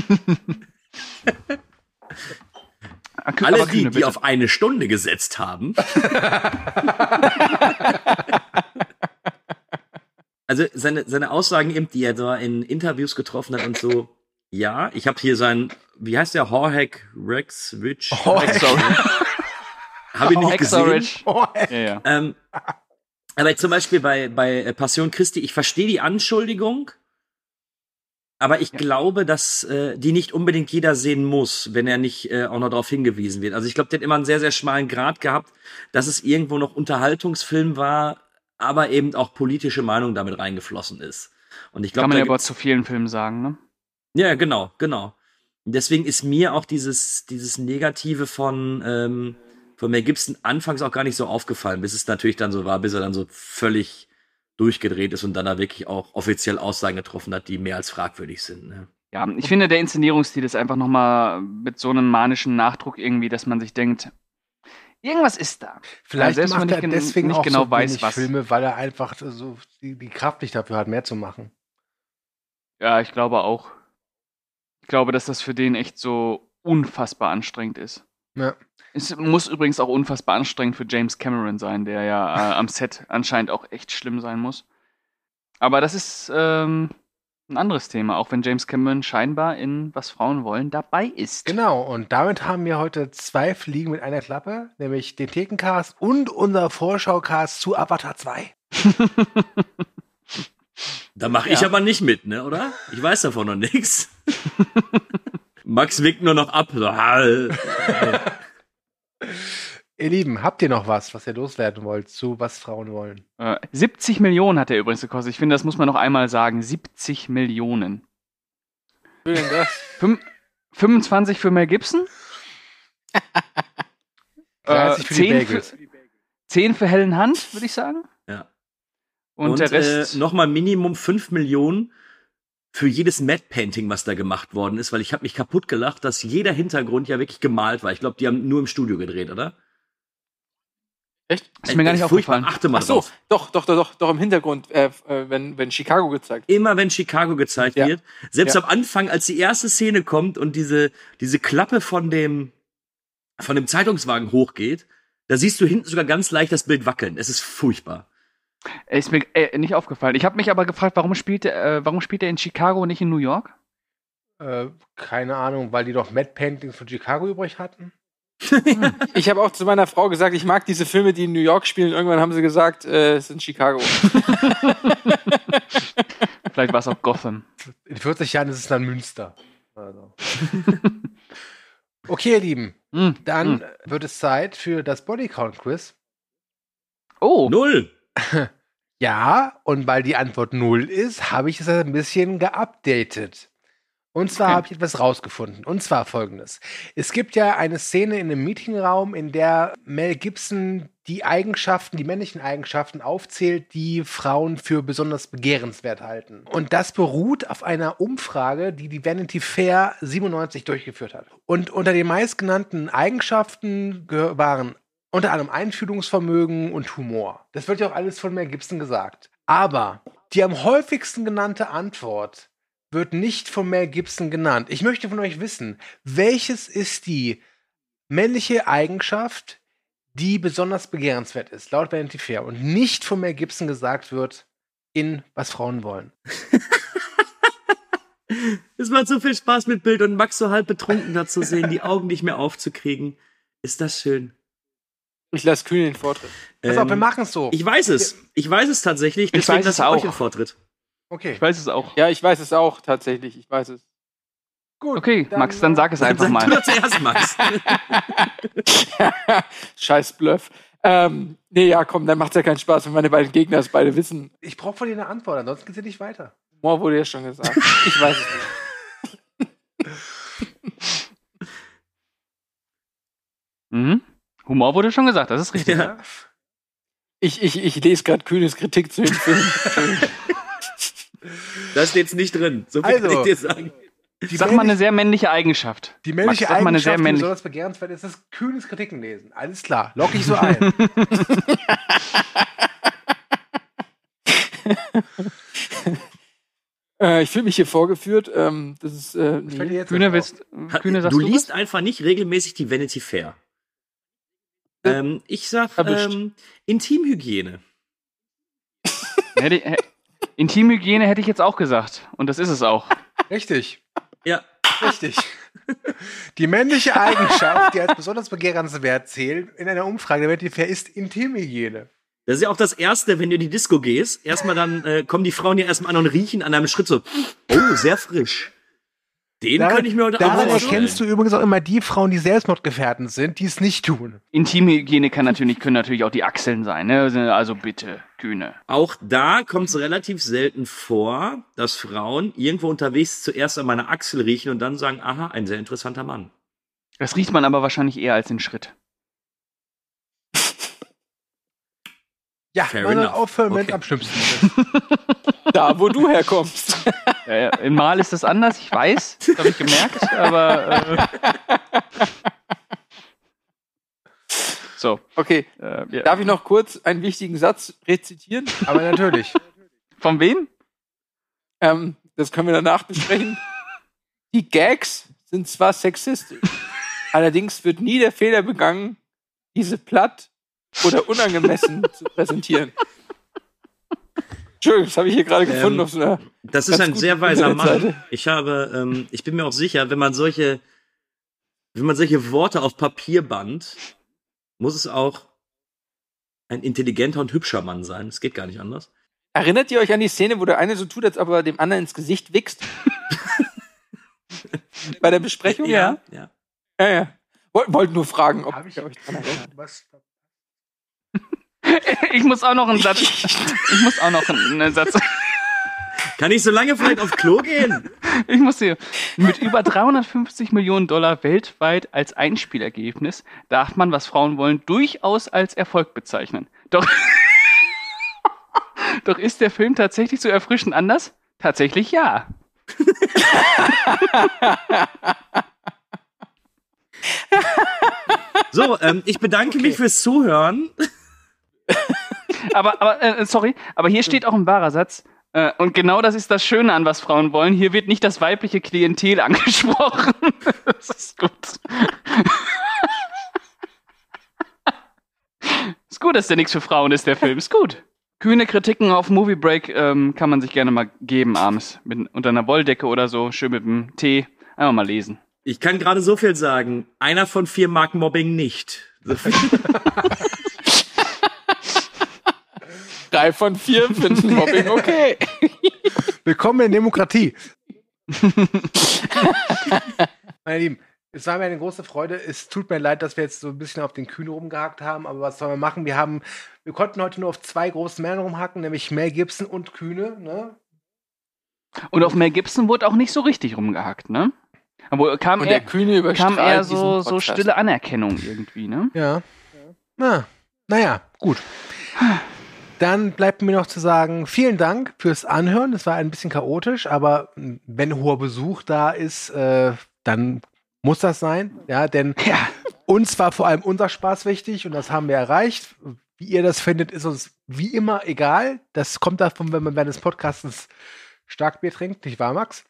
Aber Alle Kühne, die, die bitte. auf eine Stunde gesetzt haben. Also seine, seine Aussagen eben, die er da in Interviews getroffen hat und so, ja, ich habe hier sein, wie heißt der, Horhack Rex Rich? Habe ich nicht gesehen. Ja, ja. Ähm, aber zum Beispiel bei, bei Passion Christi, ich verstehe die Anschuldigung, aber ich Ja. glaube, dass äh, die nicht unbedingt jeder sehen muss, wenn er nicht äh, auch noch darauf hingewiesen wird. Also ich glaube, der hat immer einen sehr, sehr schmalen Grat gehabt, dass es irgendwo noch Unterhaltungsfilm war, aber eben auch politische Meinung damit reingeflossen ist. Und ich glaube, Kann man da ja aber gibt's- zu vielen Filmen sagen, ne? ja, genau, genau. Und deswegen ist mir auch dieses, dieses Negative von, ähm, von Mel Gibson anfangs auch gar nicht so aufgefallen, bis es natürlich dann so war, bis er dann so völlig durchgedreht ist und dann da wirklich auch offiziell Aussagen getroffen hat, die mehr als fragwürdig sind. Ne? Ja, ich finde, der Inszenierungsstil ist einfach nochmal mit so einem manischen Nachdruck irgendwie, dass man sich denkt, irgendwas ist da. Vielleicht selbst wenn macht man er nicht gen- deswegen nicht auch genau so weiß, wenig was. Filme, weil er einfach so die, die Kraft nicht dafür hat, mehr zu machen. Ja, ich glaube auch. Ich glaube, dass das für den echt so unfassbar anstrengend ist. Ja. Es muss übrigens auch unfassbar anstrengend für James Cameron sein, der ja äh, am Set anscheinend auch echt schlimm sein muss. Aber das ist ähm, ein anderes Thema, auch wenn James Cameron scheinbar in Was Frauen wollen dabei ist. Genau, und damit haben wir heute zwei Fliegen mit einer Klappe, nämlich den Thekencast und unser Vorschaucast zu Avatar zwei. Da mache ich Ja. aber nicht mit, ne, oder? Ich weiß davon noch nichts. Max winkt nur noch ab. So, ah, äh. Ihr Lieben, habt ihr noch was, was ihr loswerden wollt zu Was Frauen wollen? Äh, siebzig Millionen hat er übrigens gekostet. Ich finde, das muss man noch einmal sagen. siebzig Millionen. Was will denn das? Fünf, fünfundzwanzig für Mel Gibson? dreißig für die zehn Bagels. Für, zehn für Helen Hunt, würde ich sagen. Ja. Und, Und, der Rest. äh, nochmal Minimum fünf Millionen für jedes Matte Painting, was da gemacht worden ist, weil ich habe mich kaputt gelacht, dass jeder Hintergrund ja wirklich gemalt war. Ich glaube, die haben nur im Studio gedreht, oder? Echt? Ist mir gar nicht Furchtbar, aufgefallen. achte mal Ach so, drauf. doch, doch, doch, doch, doch im Hintergrund, äh, äh, wenn, wenn Chicago gezeigt wird. Immer wenn Chicago gezeigt Ja. wird, selbst Ja. am Anfang, als die erste Szene kommt und diese, diese Klappe von dem, von dem Zeitungswagen hochgeht, da siehst du hinten sogar ganz leicht das Bild wackeln. Es ist furchtbar. Ist mir äh, nicht aufgefallen. Ich habe mich aber gefragt, warum spielt, er, äh, warum spielt er in Chicago und nicht in New York? Äh, keine Ahnung, weil die doch Matte Paintings von Chicago übrig hatten? Ich habe auch zu meiner Frau gesagt, ich mag diese Filme, die in New York spielen. Irgendwann haben sie gesagt, äh, es ist in Chicago. Vielleicht war es auch Gotham. In vierzig Jahren ist es dann Münster. Also. Okay, ihr Lieben, Hm, dann hm. wird es Zeit für das Bodycount-Quiz. Oh, Null. Ja, und weil die Antwort null ist, habe ich es ein bisschen geupdatet. Und zwar Okay. habe ich etwas rausgefunden. Und zwar folgendes. Es gibt ja eine Szene in einem Meetingraum, in der Mel Gibson die Eigenschaften, die männlichen Eigenschaften aufzählt, die Frauen für besonders begehrenswert halten. Und das beruht auf einer Umfrage, die die Vanity Fair siebenundneunzig durchgeführt hat. Und unter den meistgenannten Eigenschaften gehör- waren unter anderem Einfühlungsvermögen und Humor. Das wird ja auch alles von Mel Gibson gesagt. Aber die am häufigsten genannte Antwort wird nicht von Mel Gibson genannt. Ich möchte von euch wissen, welches ist die männliche Eigenschaft, die besonders begehrenswert ist, laut Vanity Fair, und nicht von Mel Gibson gesagt wird in Was Frauen wollen. Es macht so viel Spaß mit Bild und Max so halb betrunken da zu sehen, die Augen nicht mehr aufzukriegen. Ist das schön. Ich lasse Kühn den Vortritt. Pass auf, Ähm, wir machen es so. Ich weiß es. Ich weiß es tatsächlich. Ich Deswegen weiß es lasse ich euch auch. den Vortritt. Okay, ich weiß es auch. Ja, ich weiß es auch tatsächlich. Ich weiß es. gut. Okay, Max, dann sag es einfach Sag mal. du doch zuerst, Max. Scheiß Bluff. Ähm, nee, ja, komm, dann macht's ja keinen Spaß, wenn meine beiden Gegner es beide wissen. Ich brauche von dir eine Antwort, ansonsten geht es nicht weiter. Humor wurde ja schon gesagt. Ich weiß es nicht. Mhm. Humor wurde schon gesagt, das ist richtig. Ja. Ich, ich, ich lese gerade Kühnes Kritik zu dem Film. Das steht jetzt nicht drin. So viel Also, kann ich dir sagen. Die Sag mal eine sehr männliche Eigenschaft. Die männliche Max, sag mal eine sehr Eigenschaft, die männlich- besonders begehrenswert ist, ist Kühnes Kritiken lesen. Alles klar, lock ich so ein. äh, ich fühle mich hier vorgeführt. Ähm, das ist äh, Ich fällt dir jetzt Kühne, erst willst, auf. Kühne, sagst Du du liest was? einfach nicht regelmäßig die Vanity Fair. Ähm, ich sag Erwischt. ähm, Intimhygiene. Hätte, hä- Intimhygiene hätte ich jetzt auch gesagt. Und das ist es auch. Richtig, Ja. richtig. Die männliche Eigenschaft, die als besonders begehrenswert zählt, in einer Umfrage der Vanity Fair ist Intimhygiene. Das ist ja auch das Erste, wenn du in die Disco gehst. Erstmal dann äh, kommen die Frauen ja erstmal an und riechen an einem Schritt so, oh, sehr frisch. Den Daran- könnte ich mir heute Daran Abend vorstellen. erkennst du übrigens auch immer die Frauen, die selbstmordgefährdend sind, die es nicht tun. Intimhygiene kann natürlich, können natürlich auch die Achseln sein. Ne? Also bitte, Kühne. Auch da kommt es relativ selten vor, dass Frauen irgendwo unterwegs zuerst an meiner Achsel riechen und dann sagen, aha, ein sehr interessanter Mann. Das riecht man aber wahrscheinlich eher als den Schritt. Ja, Fair man soll enough. aufhören, wenn es Okay. am schlimmsten ist. Da, wo du herkommst. Ja, ja, in Mal ist das anders, ich weiß. Das habe ich gemerkt. Aber äh, so. Okay, Äh, ja. darf ich noch kurz einen wichtigen Satz rezitieren? Aber natürlich. Von wem? Ähm, das können wir danach besprechen. Die Gags sind zwar sexistisch, allerdings wird nie der Fehler begangen, diese platt oder unangemessen zu präsentieren. Entschuldigung, das habe ich hier gerade gefunden Ähm, auf so einer. Das ist ganz ein guten sehr weiser Mann. Internetseite. Ich habe, ähm, ich bin mir auch sicher, wenn man solche, wenn man solche Worte auf Papier bandt, muss es auch ein intelligenter und hübscher Mann sein. Es geht gar nicht anders. Erinnert ihr euch an die Szene, wo der eine so tut, als ob er dem anderen ins Gesicht wichst? Bei der Besprechung? Ja, ja. Ja, ja. Woll- Wollt nur fragen, ob Hab ich ihr euch dran erinnert. Was? Ich muss auch noch einen Satz. Ich muss auch noch einen Satz. Kann ich so lange vielleicht aufs Klo gehen? Ich muss hier. Mit über dreihundertfünfzig Millionen Dollar weltweit als Einspielergebnis darf man, was Frauen wollen, durchaus als Erfolg bezeichnen. Doch, doch ist der Film tatsächlich so erfrischend anders? Tatsächlich ja. So, ähm, ich bedanke mich fürs Zuhören. Aber, aber äh, sorry, aber hier steht auch ein wahrer Satz. Äh, und genau das ist das Schöne an, was Frauen wollen. Hier wird nicht das weibliche Klientel angesprochen. Das ist gut. Ist gut, dass der nichts für Frauen ist, der Film. Ist gut. Kühne Kritiken auf Movie Break ähm, kann man sich gerne mal geben abends. Mit, unter einer Wolldecke oder so, schön mit dem Tee. Einfach mal lesen. Ich kann gerade so viel sagen. Einer von vier mag Mobbing nicht. So viel. Drei von vier finden Mobbing okay. Willkommen in der Demokratie. Meine Lieben, es war mir eine große Freude. Es tut mir leid, dass wir jetzt so ein bisschen auf den Kühne rumgehackt haben, aber was sollen wir machen? Wir haben, wir konnten heute nur auf zwei große Männer rumhacken, nämlich Mel Gibson und Kühne, ne? Und auf Mel Gibson wurde auch nicht so richtig rumgehackt, ne? Aber kam Und eher, der Kühne überstrahlt kam eher diesen so, so Podcast. stille Anerkennung irgendwie, ne? Ja. Na, naja, gut. Dann bleibt mir noch zu sagen, vielen Dank fürs Anhören. Es war ein bisschen chaotisch, aber wenn hoher Besuch da ist, äh, dann muss das sein. Ja, denn Ja. uns war vor allem unser Spaß wichtig und das haben wir erreicht. Wie ihr das findet, ist uns wie immer egal. Das kommt davon, wenn man während des Podcasts Starkbier trinkt, nicht wahr, Max?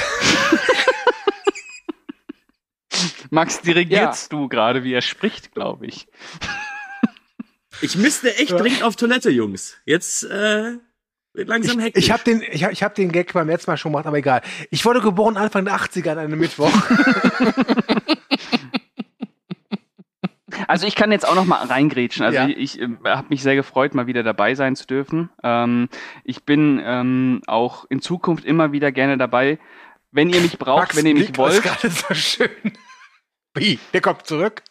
Max, dirigierst du gerade, wie er spricht, glaube ich. Ich müsste echt Ja. dringend auf Toilette, Jungs. Jetzt äh, wird langsam Ich, hektisch. ich habe den, ich hab, ich hab den Gag beim letzten Mal schon gemacht, aber egal. Ich wurde geboren Anfang der achtziger an einem Mittwoch. Also ich kann jetzt auch noch mal reingrätschen. Also Ja. ich, ich äh, habe mich sehr gefreut, mal wieder dabei sein zu dürfen. Ähm, ich bin ähm, auch in Zukunft immer wieder gerne dabei, wenn ihr mich braucht, Max wenn ihr mich Blick war wollt. gerade so schön. Wie? Der kommt zurück.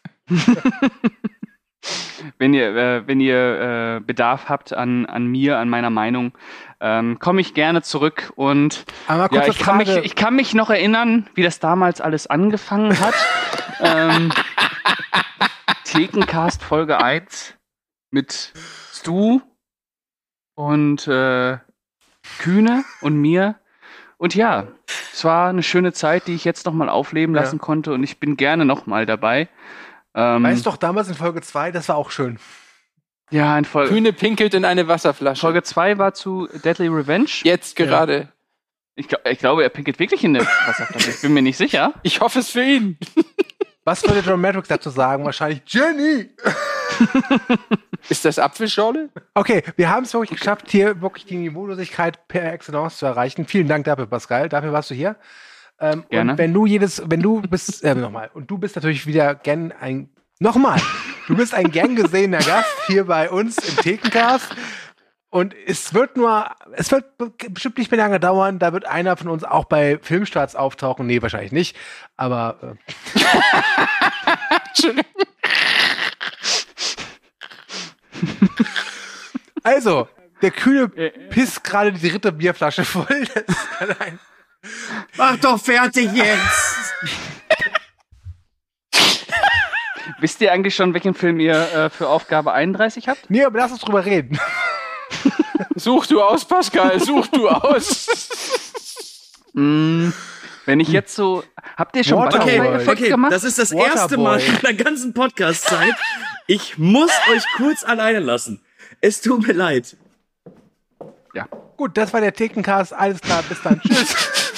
Wenn ihr, äh, wenn ihr äh, Bedarf habt an, an mir, an meiner Meinung, ähm, komme ich gerne zurück. Und Aber ja, kurze ich kann, mich, Frage. ich kann mich noch erinnern, wie das damals alles angefangen hat. ähm, Thekencast Folge eins mit Stu und äh, Kühne und mir. Und ja, es war eine schöne Zeit, die ich jetzt nochmal aufleben lassen ja. konnte und ich bin gerne nochmal dabei. Ähm, weißt du doch, damals in Folge zwei, das war auch schön. Ja, in Folge... Kühne pinkelt in eine Wasserflasche. Folge zwei war zu Deadly Revenge. Jetzt gerade. Ja. Ich, ich glaube, er pinkelt wirklich in eine Wasserflasche. Ich bin mir nicht sicher. Ich hoffe es für ihn. Was würde John Matrix dazu sagen? Wahrscheinlich Jenny! Ist das Apfelschorle? Okay, wir haben es wirklich geschafft, hier wirklich die Niveaulosigkeit per Excellence zu erreichen. Vielen Dank dafür, Pascal. Dafür warst du hier. Ähm, Gerne. Und wenn du jedes, wenn du bist, äh, nochmal, und du bist natürlich wieder gern ein, nochmal, du bist ein gern gesehener Gast hier bei uns im Thekencast. Und es wird nur, es wird bestimmt nicht mehr lange dauern, da wird einer von uns auch bei Filmstarts auftauchen. Nee, wahrscheinlich nicht, aber äh. Also, der Kühne pisst gerade die dritte Bierflasche voll. Das ist allein. Mach doch fertig jetzt! Wisst ihr eigentlich schon, welchen Film ihr äh, für Aufgabe einunddreißig habt? Nee, aber lass uns drüber reden. Such du aus, Pascal, such du aus. mm, wenn ich jetzt so... Habt ihr schon okay, Butterfly-Effekt okay, gemacht? das ist das Waterboy. erste Mal in der ganzen Podcast-Zeit. Ich muss euch kurz alleine lassen. Es tut mir leid. Ja. Gut, das war der Thekencast. Alles klar, bis dann. Tschüss.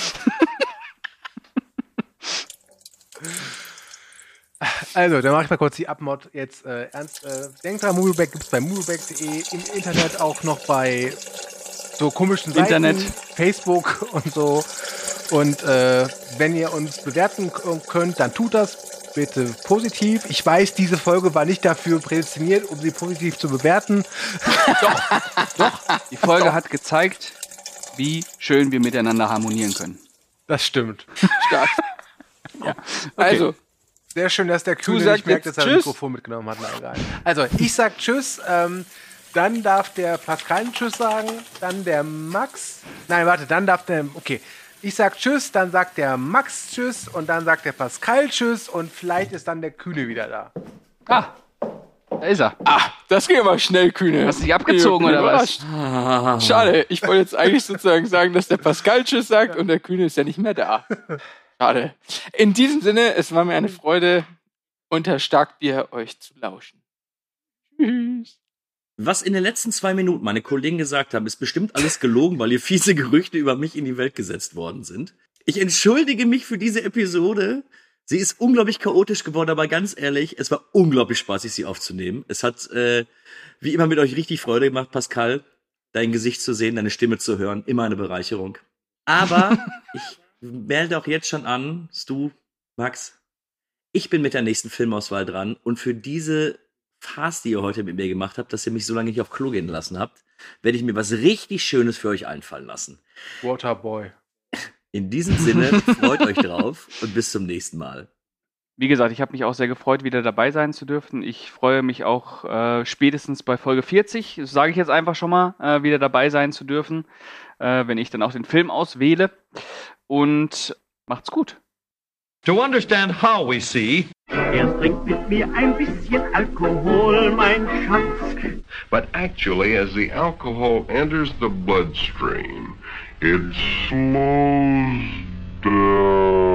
Also, dann mache ich mal kurz die Abmod jetzt äh, ernst. Äh, denkt dran, Movieback gibt es bei movieback punkt de, im Internet auch noch bei so komischen Seiten, Internet. Facebook und so. Und äh, wenn ihr uns bewerten könnt, dann tut das bitte positiv. Ich weiß, diese Folge war nicht dafür prädestiniert, um sie positiv zu bewerten. Doch, doch. Die Folge doch. hat gezeigt, wie schön wir miteinander harmonieren können. Das stimmt. Stark. Ja. Okay. Also, sehr schön, dass der Kühne nicht merkt, dass er ein Mikrofon mitgenommen hat. Na, egal. Also, ich sag Tschüss. Ähm, dann darf der Pascal Tschüss sagen. Dann der Max. Nein, warte, dann darf der... Okay. Ich sag Tschüss, dann sagt der Max Tschüss und dann sagt der Pascal Tschüss und vielleicht ist dann der Kühne wieder da. Ah, da ist er. Ah, das ging aber schnell, Kühne. Hast du dich abgezogen oder was? Ah. Schade, ich wollte jetzt eigentlich sozusagen sagen, dass der Pascal Tschüss sagt und der Kühne ist ja nicht mehr da. Schade. In diesem Sinne, es war mir eine Freude, unter Starkbier euch zu lauschen. Tschüss. Was in den letzten zwei Minuten meine Kollegen gesagt haben, ist bestimmt alles gelogen, weil hier fiese Gerüchte über mich in die Welt gesetzt worden sind. Ich entschuldige mich für diese Episode. Sie ist unglaublich chaotisch geworden, aber ganz ehrlich, es war unglaublich spaßig, sie aufzunehmen. Es hat, äh, wie immer, mit euch richtig Freude gemacht, Pascal, dein Gesicht zu sehen, deine Stimme zu hören. Immer eine Bereicherung. Aber ich melde auch jetzt schon an, Stu, Max, ich bin mit der nächsten Filmauswahl dran und für diese Farce, die ihr heute mit mir gemacht habt, dass ihr mich so lange nicht auf Klo gehen lassen habt, werde ich mir was richtig Schönes für euch einfallen lassen. Waterboy. In diesem Sinne, freut euch drauf und bis zum nächsten Mal. Wie gesagt, ich habe mich auch sehr gefreut, wieder dabei sein zu dürfen. Ich freue mich auch äh, spätestens bei Folge vierzig, das sage ich jetzt einfach schon mal, äh, wieder dabei sein zu dürfen, äh, wenn ich dann auch den Film auswähle. Und macht's gut. To understand how we see. Erst trinkt mit mir ein bisschen Alkohol, mein Schatz. But actually, as the alcohol enters the bloodstream, it slows down.